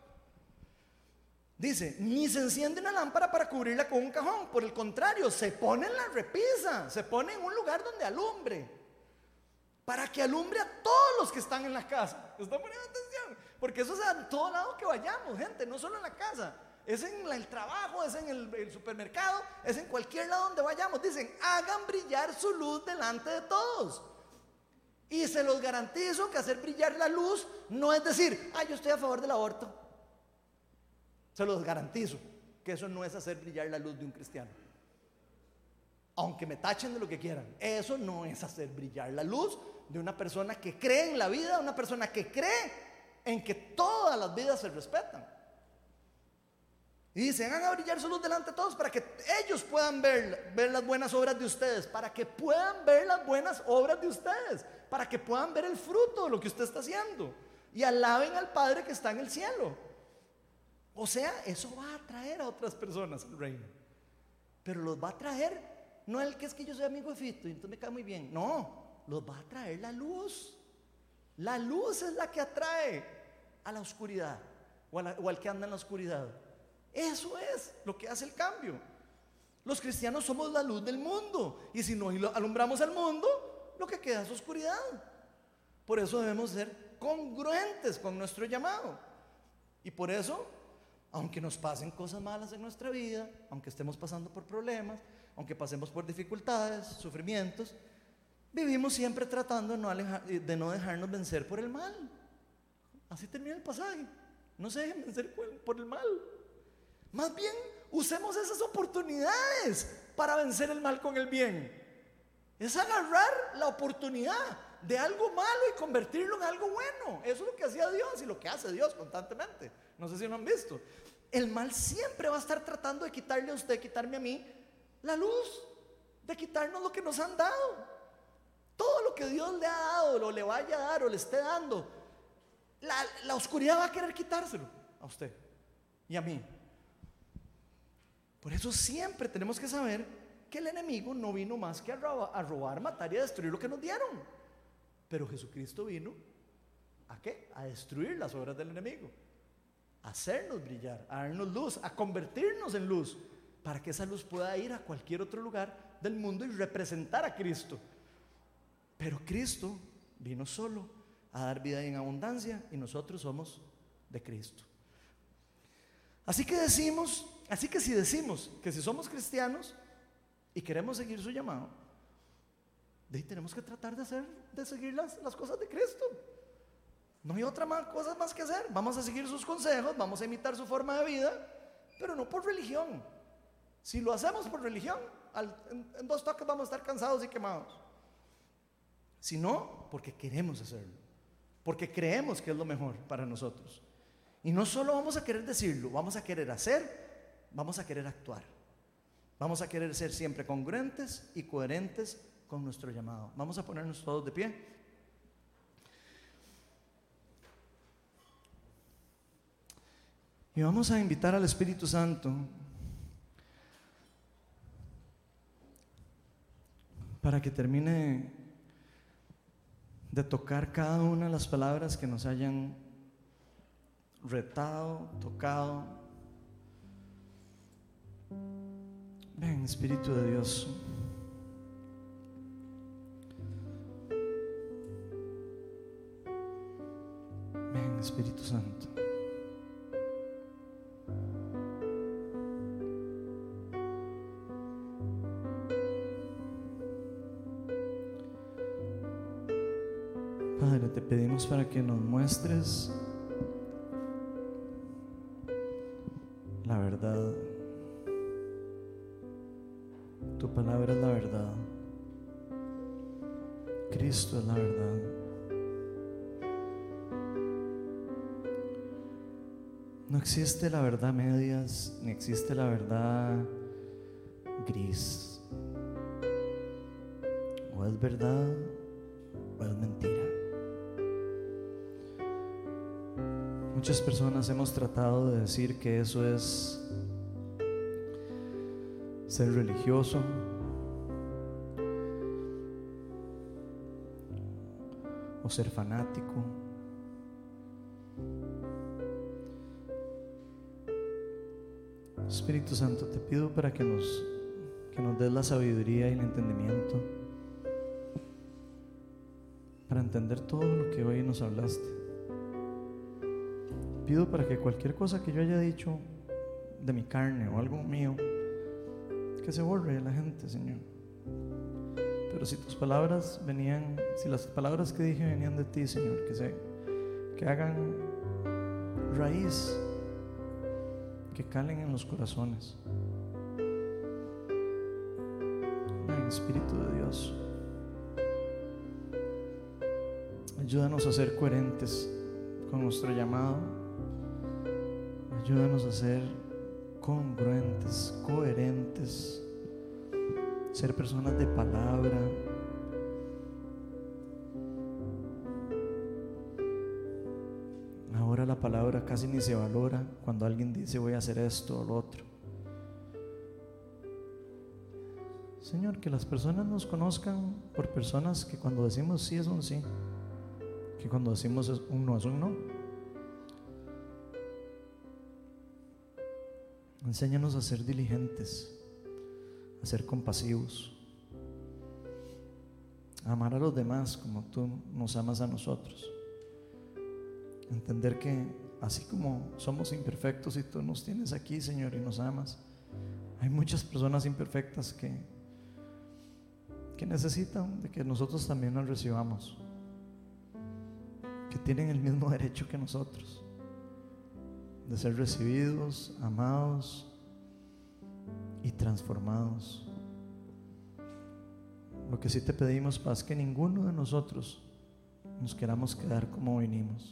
Dice: ni se enciende una lámpara para cubrirla con un cajón. Por el contrario, se pone en la repisa, se pone en un lugar donde alumbre, para que alumbre a todos los que están en la casa. ¿Están poniendo atención? Porque eso es a todo lado que vayamos, gente, no solo en la casa. Es en el trabajo, es en el, el supermercado, es en cualquier lado donde vayamos. Dicen: hagan brillar su luz delante de todos. Y se los garantizo que hacer brillar la luz no es decir: ah, yo estoy a favor del aborto. Se los garantizo que eso no es hacer brillar la luz de un cristiano. Aunque me tachen de lo que quieran, eso no es hacer brillar la luz de una persona que cree en la vida, una persona que cree en que todas las vidas se respetan. Y dicen: hagan brillar su luz delante de todos para que ellos puedan ver, ver las buenas obras de ustedes, para que puedan ver las buenas obras de ustedes, para que puedan ver el fruto de lo que usted está haciendo y alaben al Padre que está en el cielo. O sea, eso va a atraer a otras personas al reino, pero los va a traer, no el que es que yo soy amigo de Fito y entonces me cae muy bien. No, los va a traer la luz. La luz es la que atrae. a la oscuridad o, a la, o al que anda en la oscuridad. Eso es lo que hace el cambio. Los cristianos somos la luz del mundo, y si no alumbramos al mundo, lo que queda es oscuridad. Por eso debemos ser congruentes con nuestro llamado. Y por eso, aunque nos pasen cosas malas en nuestra vida, aunque estemos pasando por problemas, aunque pasemos por dificultades, sufrimientos, vivimos siempre tratando de no, alejar, de no dejarnos vencer por el mal. Así termina el pasaje. No se dejen vencer por el mal. Más bien, usemos esas oportunidades para vencer el mal con el bien. Es agarrar la oportunidad de algo malo y convertirlo en algo bueno. Eso es lo que hacía Dios y lo que hace Dios constantemente. No sé si lo han visto. El mal siempre va a estar tratando de quitarle a usted, quitarme a mí, la luz, de quitarnos lo que nos han dado. Todo lo que Dios le ha dado, o le vaya a dar, o le esté dando, la, la oscuridad va a querer quitárselo a usted y a mí. Por eso siempre tenemos que saber que el enemigo no vino más que a robar, a robar, matar y a destruir lo que nos dieron. Pero Jesucristo vino ¿a qué? A destruir las obras del enemigo, a hacernos brillar, a darnos luz, a convertirnos en luz, para que esa luz pueda ir a cualquier otro lugar del mundo y representar a Cristo. Pero Cristo vino solo a dar vida en abundancia, y nosotros somos de Cristo. Así que decimos, así que si decimos que si somos cristianos y queremos seguir su llamado, de ahí tenemos que tratar de hacer, de seguir las, las cosas de Cristo. No hay otra más, cosa más que hacer. Vamos a seguir sus consejos, vamos a imitar su forma de vida, pero no por religión. Si lo hacemos por religión, al, en, en dos toques vamos a estar cansados y quemados. Sino porque queremos hacerlo, porque creemos que es lo mejor para nosotros. Y no solo vamos a querer decirlo, vamos a querer hacer, vamos a querer actuar. Vamos a querer ser siempre congruentes y coherentes con nuestro llamado. Vamos a ponernos todos de pie. Y vamos a invitar al Espíritu Santo para que termine de tocar cada una de las palabras que nos hayan retado, tocado. Ven, Espíritu de Dios. Ven, Espíritu Santo. Padre, te pedimos para que nos muestres la verdad. Tu palabra es la verdad. Cristo es la verdad. No existe la verdad medias, ni existe la verdad gris. O es verdad o es mentira. Muchas personas hemos tratado de decir que eso es ser religioso, o ser fanático. Espíritu Santo, te pido para que nos, que nos des la sabiduría y el entendimiento para entender todo lo que hoy nos hablaste. Pido para que cualquier cosa que yo haya dicho de mi carne o algo mío, que se borre de la gente, Señor. Pero si tus palabras venían, si las palabras que dije venían de ti, Señor, que se, que hagan raíz, que calen en los corazones. Ven, Espíritu de Dios, ayúdanos a ser coherentes con nuestro llamado. Ayúdanos a ser congruentes, coherentes, ser personas de palabra. Ahora la palabra casi ni se valora cuando alguien dice voy a hacer esto o lo otro. Señor, que las personas nos conozcan por personas que cuando decimos sí es un sí, que cuando decimos un no es un no. Enséñanos a ser diligentes, a ser compasivos, a amar a los demás como tú nos amas a nosotros. Entender que así como somos imperfectos y tú nos tienes aquí, Señor, y nos amas, hay muchas personas imperfectas que, que necesitan de que nosotros también nos recibamos, que tienen el mismo derecho que nosotros de ser recibidos, amados y transformados. Lo que sí te pedimos, Paz, que ninguno de nosotros nos queramos quedar como vinimos.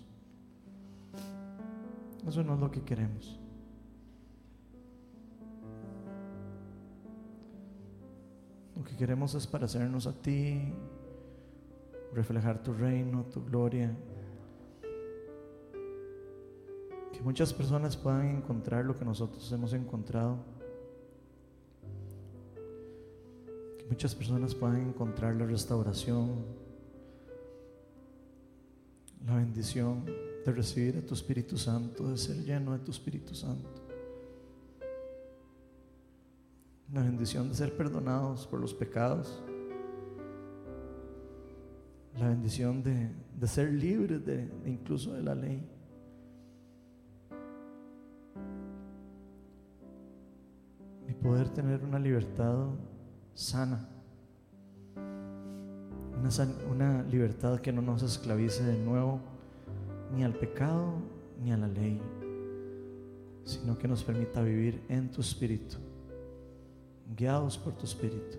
Eso no es lo que queremos. Lo que queremos es parecernos a ti, reflejar tu reino, tu gloria. Que muchas personas puedan encontrar lo que nosotros hemos encontrado. Que muchas personas puedan encontrar la restauración, la bendición de recibir a tu Espíritu Santo, de ser lleno de tu Espíritu Santo. La bendición de ser perdonados por los pecados. La bendición de, de ser libres de, de incluso de la ley. Y poder tener una libertad sana. Una, san, una libertad que no nos esclavice de nuevo ni al pecado ni a la ley, sino que nos permita vivir en tu Espíritu, guiados por tu Espíritu,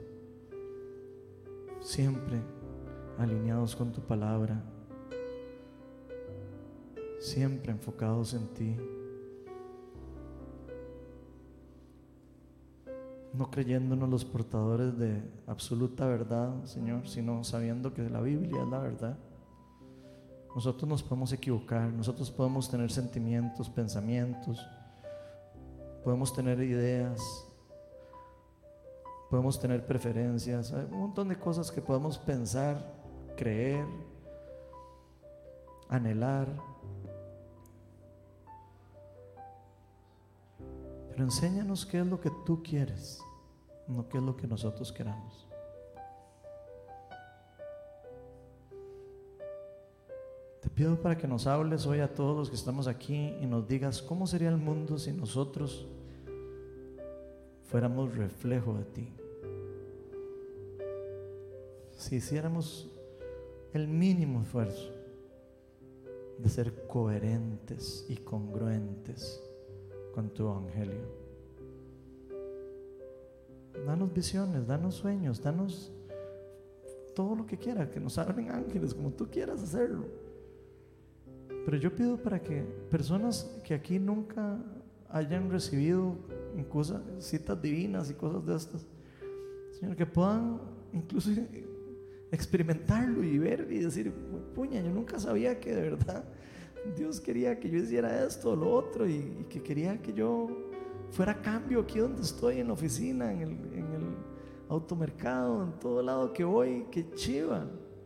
siempre alineados con tu palabra, siempre enfocados en ti, no creyéndonos los portadores de absoluta verdad, Señor, sino sabiendo que la Biblia es la verdad. Nosotros nos podemos equivocar, nosotros podemos tener sentimientos, pensamientos, podemos tener ideas, podemos tener preferencias, hay un montón de cosas que podemos pensar, creer, anhelar. Pero enséñanos qué es lo que tú quieres, no qué es lo que nosotros queramos. Te pido para que nos hables hoy a todos los que estamos aquí y nos digas cómo sería el mundo si nosotros fuéramos reflejo de ti. Si hiciéramos el mínimo esfuerzo de ser coherentes y congruentes con tu evangelio. Danos visiones, danos sueños, danos todo lo que quieras, que nos hablen ángeles como tú quieras hacerlo. Pero yo pido para que personas que aquí nunca hayan recibido cosas, citas divinas y cosas de estas, Señor, que puedan incluso experimentarlo y ver y decir, puña, yo nunca sabía que de verdad Dios quería que yo hiciera esto o lo otro, y, y que quería que yo fuera a cambio aquí donde estoy, en la oficina, en el, en el automercado, en todo lado que voy. Qué chiva.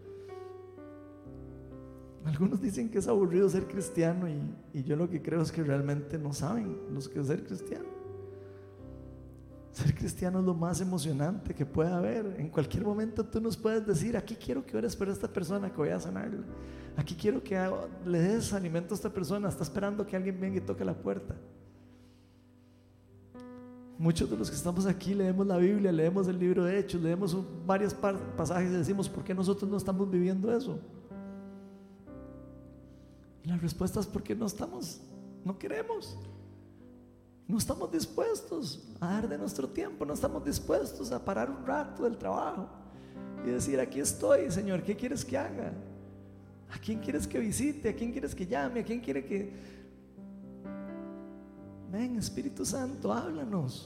Algunos dicen que es aburrido ser cristiano, y, y yo lo que creo es que realmente no saben los que es ser cristiano. Ser cristiano es lo más emocionante que puede haber. En cualquier momento tú nos puedes decir, aquí quiero que ores por esta persona que voy a sanarla, aquí quiero que le des alimento a esta persona, está esperando que alguien venga y toque la puerta. Muchos de los que estamos aquí leemos la Biblia, leemos el libro de Hechos, leemos varios pasajes y decimos, ¿por qué nosotros no estamos viviendo eso? Y la respuesta es porque no estamos, no queremos, no estamos dispuestos a dar de nuestro tiempo, no estamos dispuestos a parar un rato del trabajo y decir, aquí estoy, Señor, ¿qué quieres que haga? ¿A quién quieres que visite? ¿A quién quieres que llame? ¿A quién quiere que... Ven, Espíritu Santo, háblanos.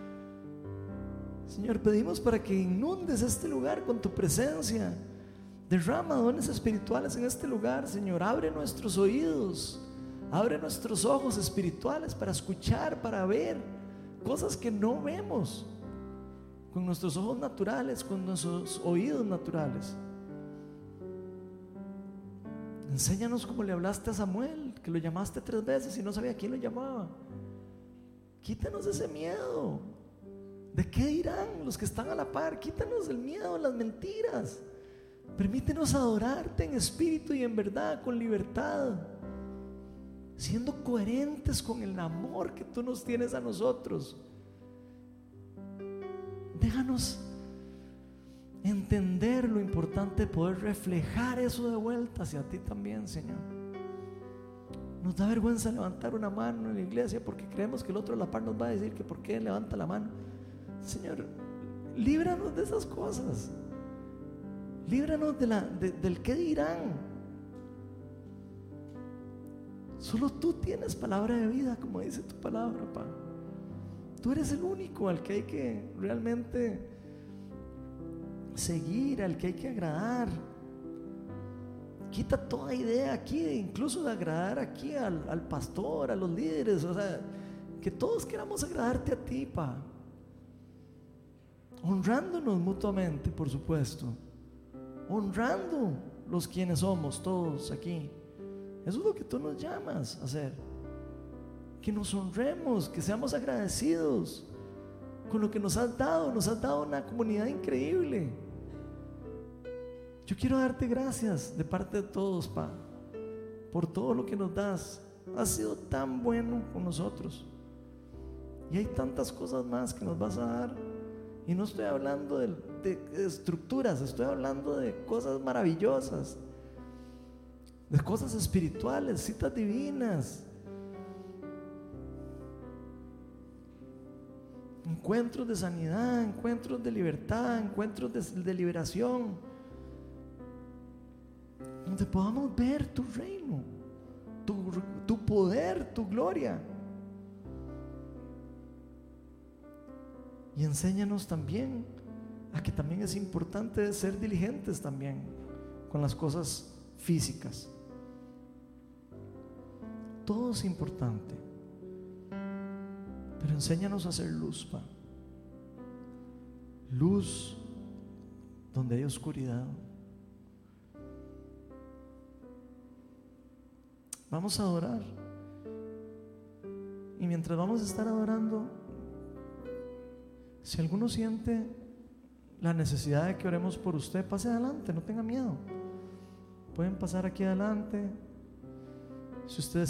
Señor, pedimos para que inundes este lugar con tu presencia. Derrama dones espirituales en este lugar, Señor. Abre nuestros oídos, abre nuestros ojos espirituales para escuchar, para ver cosas que no vemos con nuestros ojos naturales, con nuestros oídos naturales. Enséñanos como le hablaste a Samuel, que lo llamaste tres veces y no sabía quién lo llamaba. Quítanos ese miedo. ¿De qué dirán los que están a la par? Quítanos el miedo, las mentiras. Permítenos adorarte en espíritu y en verdad, con libertad, siendo coherentes con el amor que tú nos tienes a nosotros. Déjanos entender lo importante de poder reflejar eso de vuelta hacia ti también, Señor. Nos da vergüenza levantar una mano en la iglesia porque creemos que el otro a la par nos va a decir que por qué levanta la mano. Señor, líbranos de esas cosas. Líbranos de la, de, del qué dirán. Solo tú tienes palabra de vida, como dice tu palabra, Pa. Tú eres el único al que hay que realmente seguir, al que hay que agradar. Quita toda idea aquí, incluso de agradar aquí al, al pastor, a los líderes. O sea, que todos queramos agradarte a ti, Pa, honrándonos mutuamente, por supuesto, honrando los quienes somos todos aquí. Eso es lo que tú nos llamas a hacer. Que nos honremos, que seamos agradecidos con lo que nos has dado. Nos has dado una comunidad increíble. Yo quiero darte gracias de parte de todos, Pa, por todo lo que nos das. Has sido tan bueno con nosotros y hay tantas cosas más que nos vas a dar. Y no estoy hablando de, de estructuras, estoy hablando de cosas maravillosas, de cosas espirituales, citas divinas, encuentros de sanidad, encuentros de libertad, encuentros de, de liberación, donde podamos ver tu reino, tu, tu poder, tu gloria. Y enséñanos también a que también es importante ser diligentes también con las cosas físicas. Todo es importante, pero enséñanos a hacer luz, Pa. Luz donde hay oscuridad. Vamos a adorar, y mientras vamos a estar adorando, si alguno siente la necesidad de que oremos por usted, pase adelante, no tenga miedo. Pueden pasar aquí adelante. Si ustedes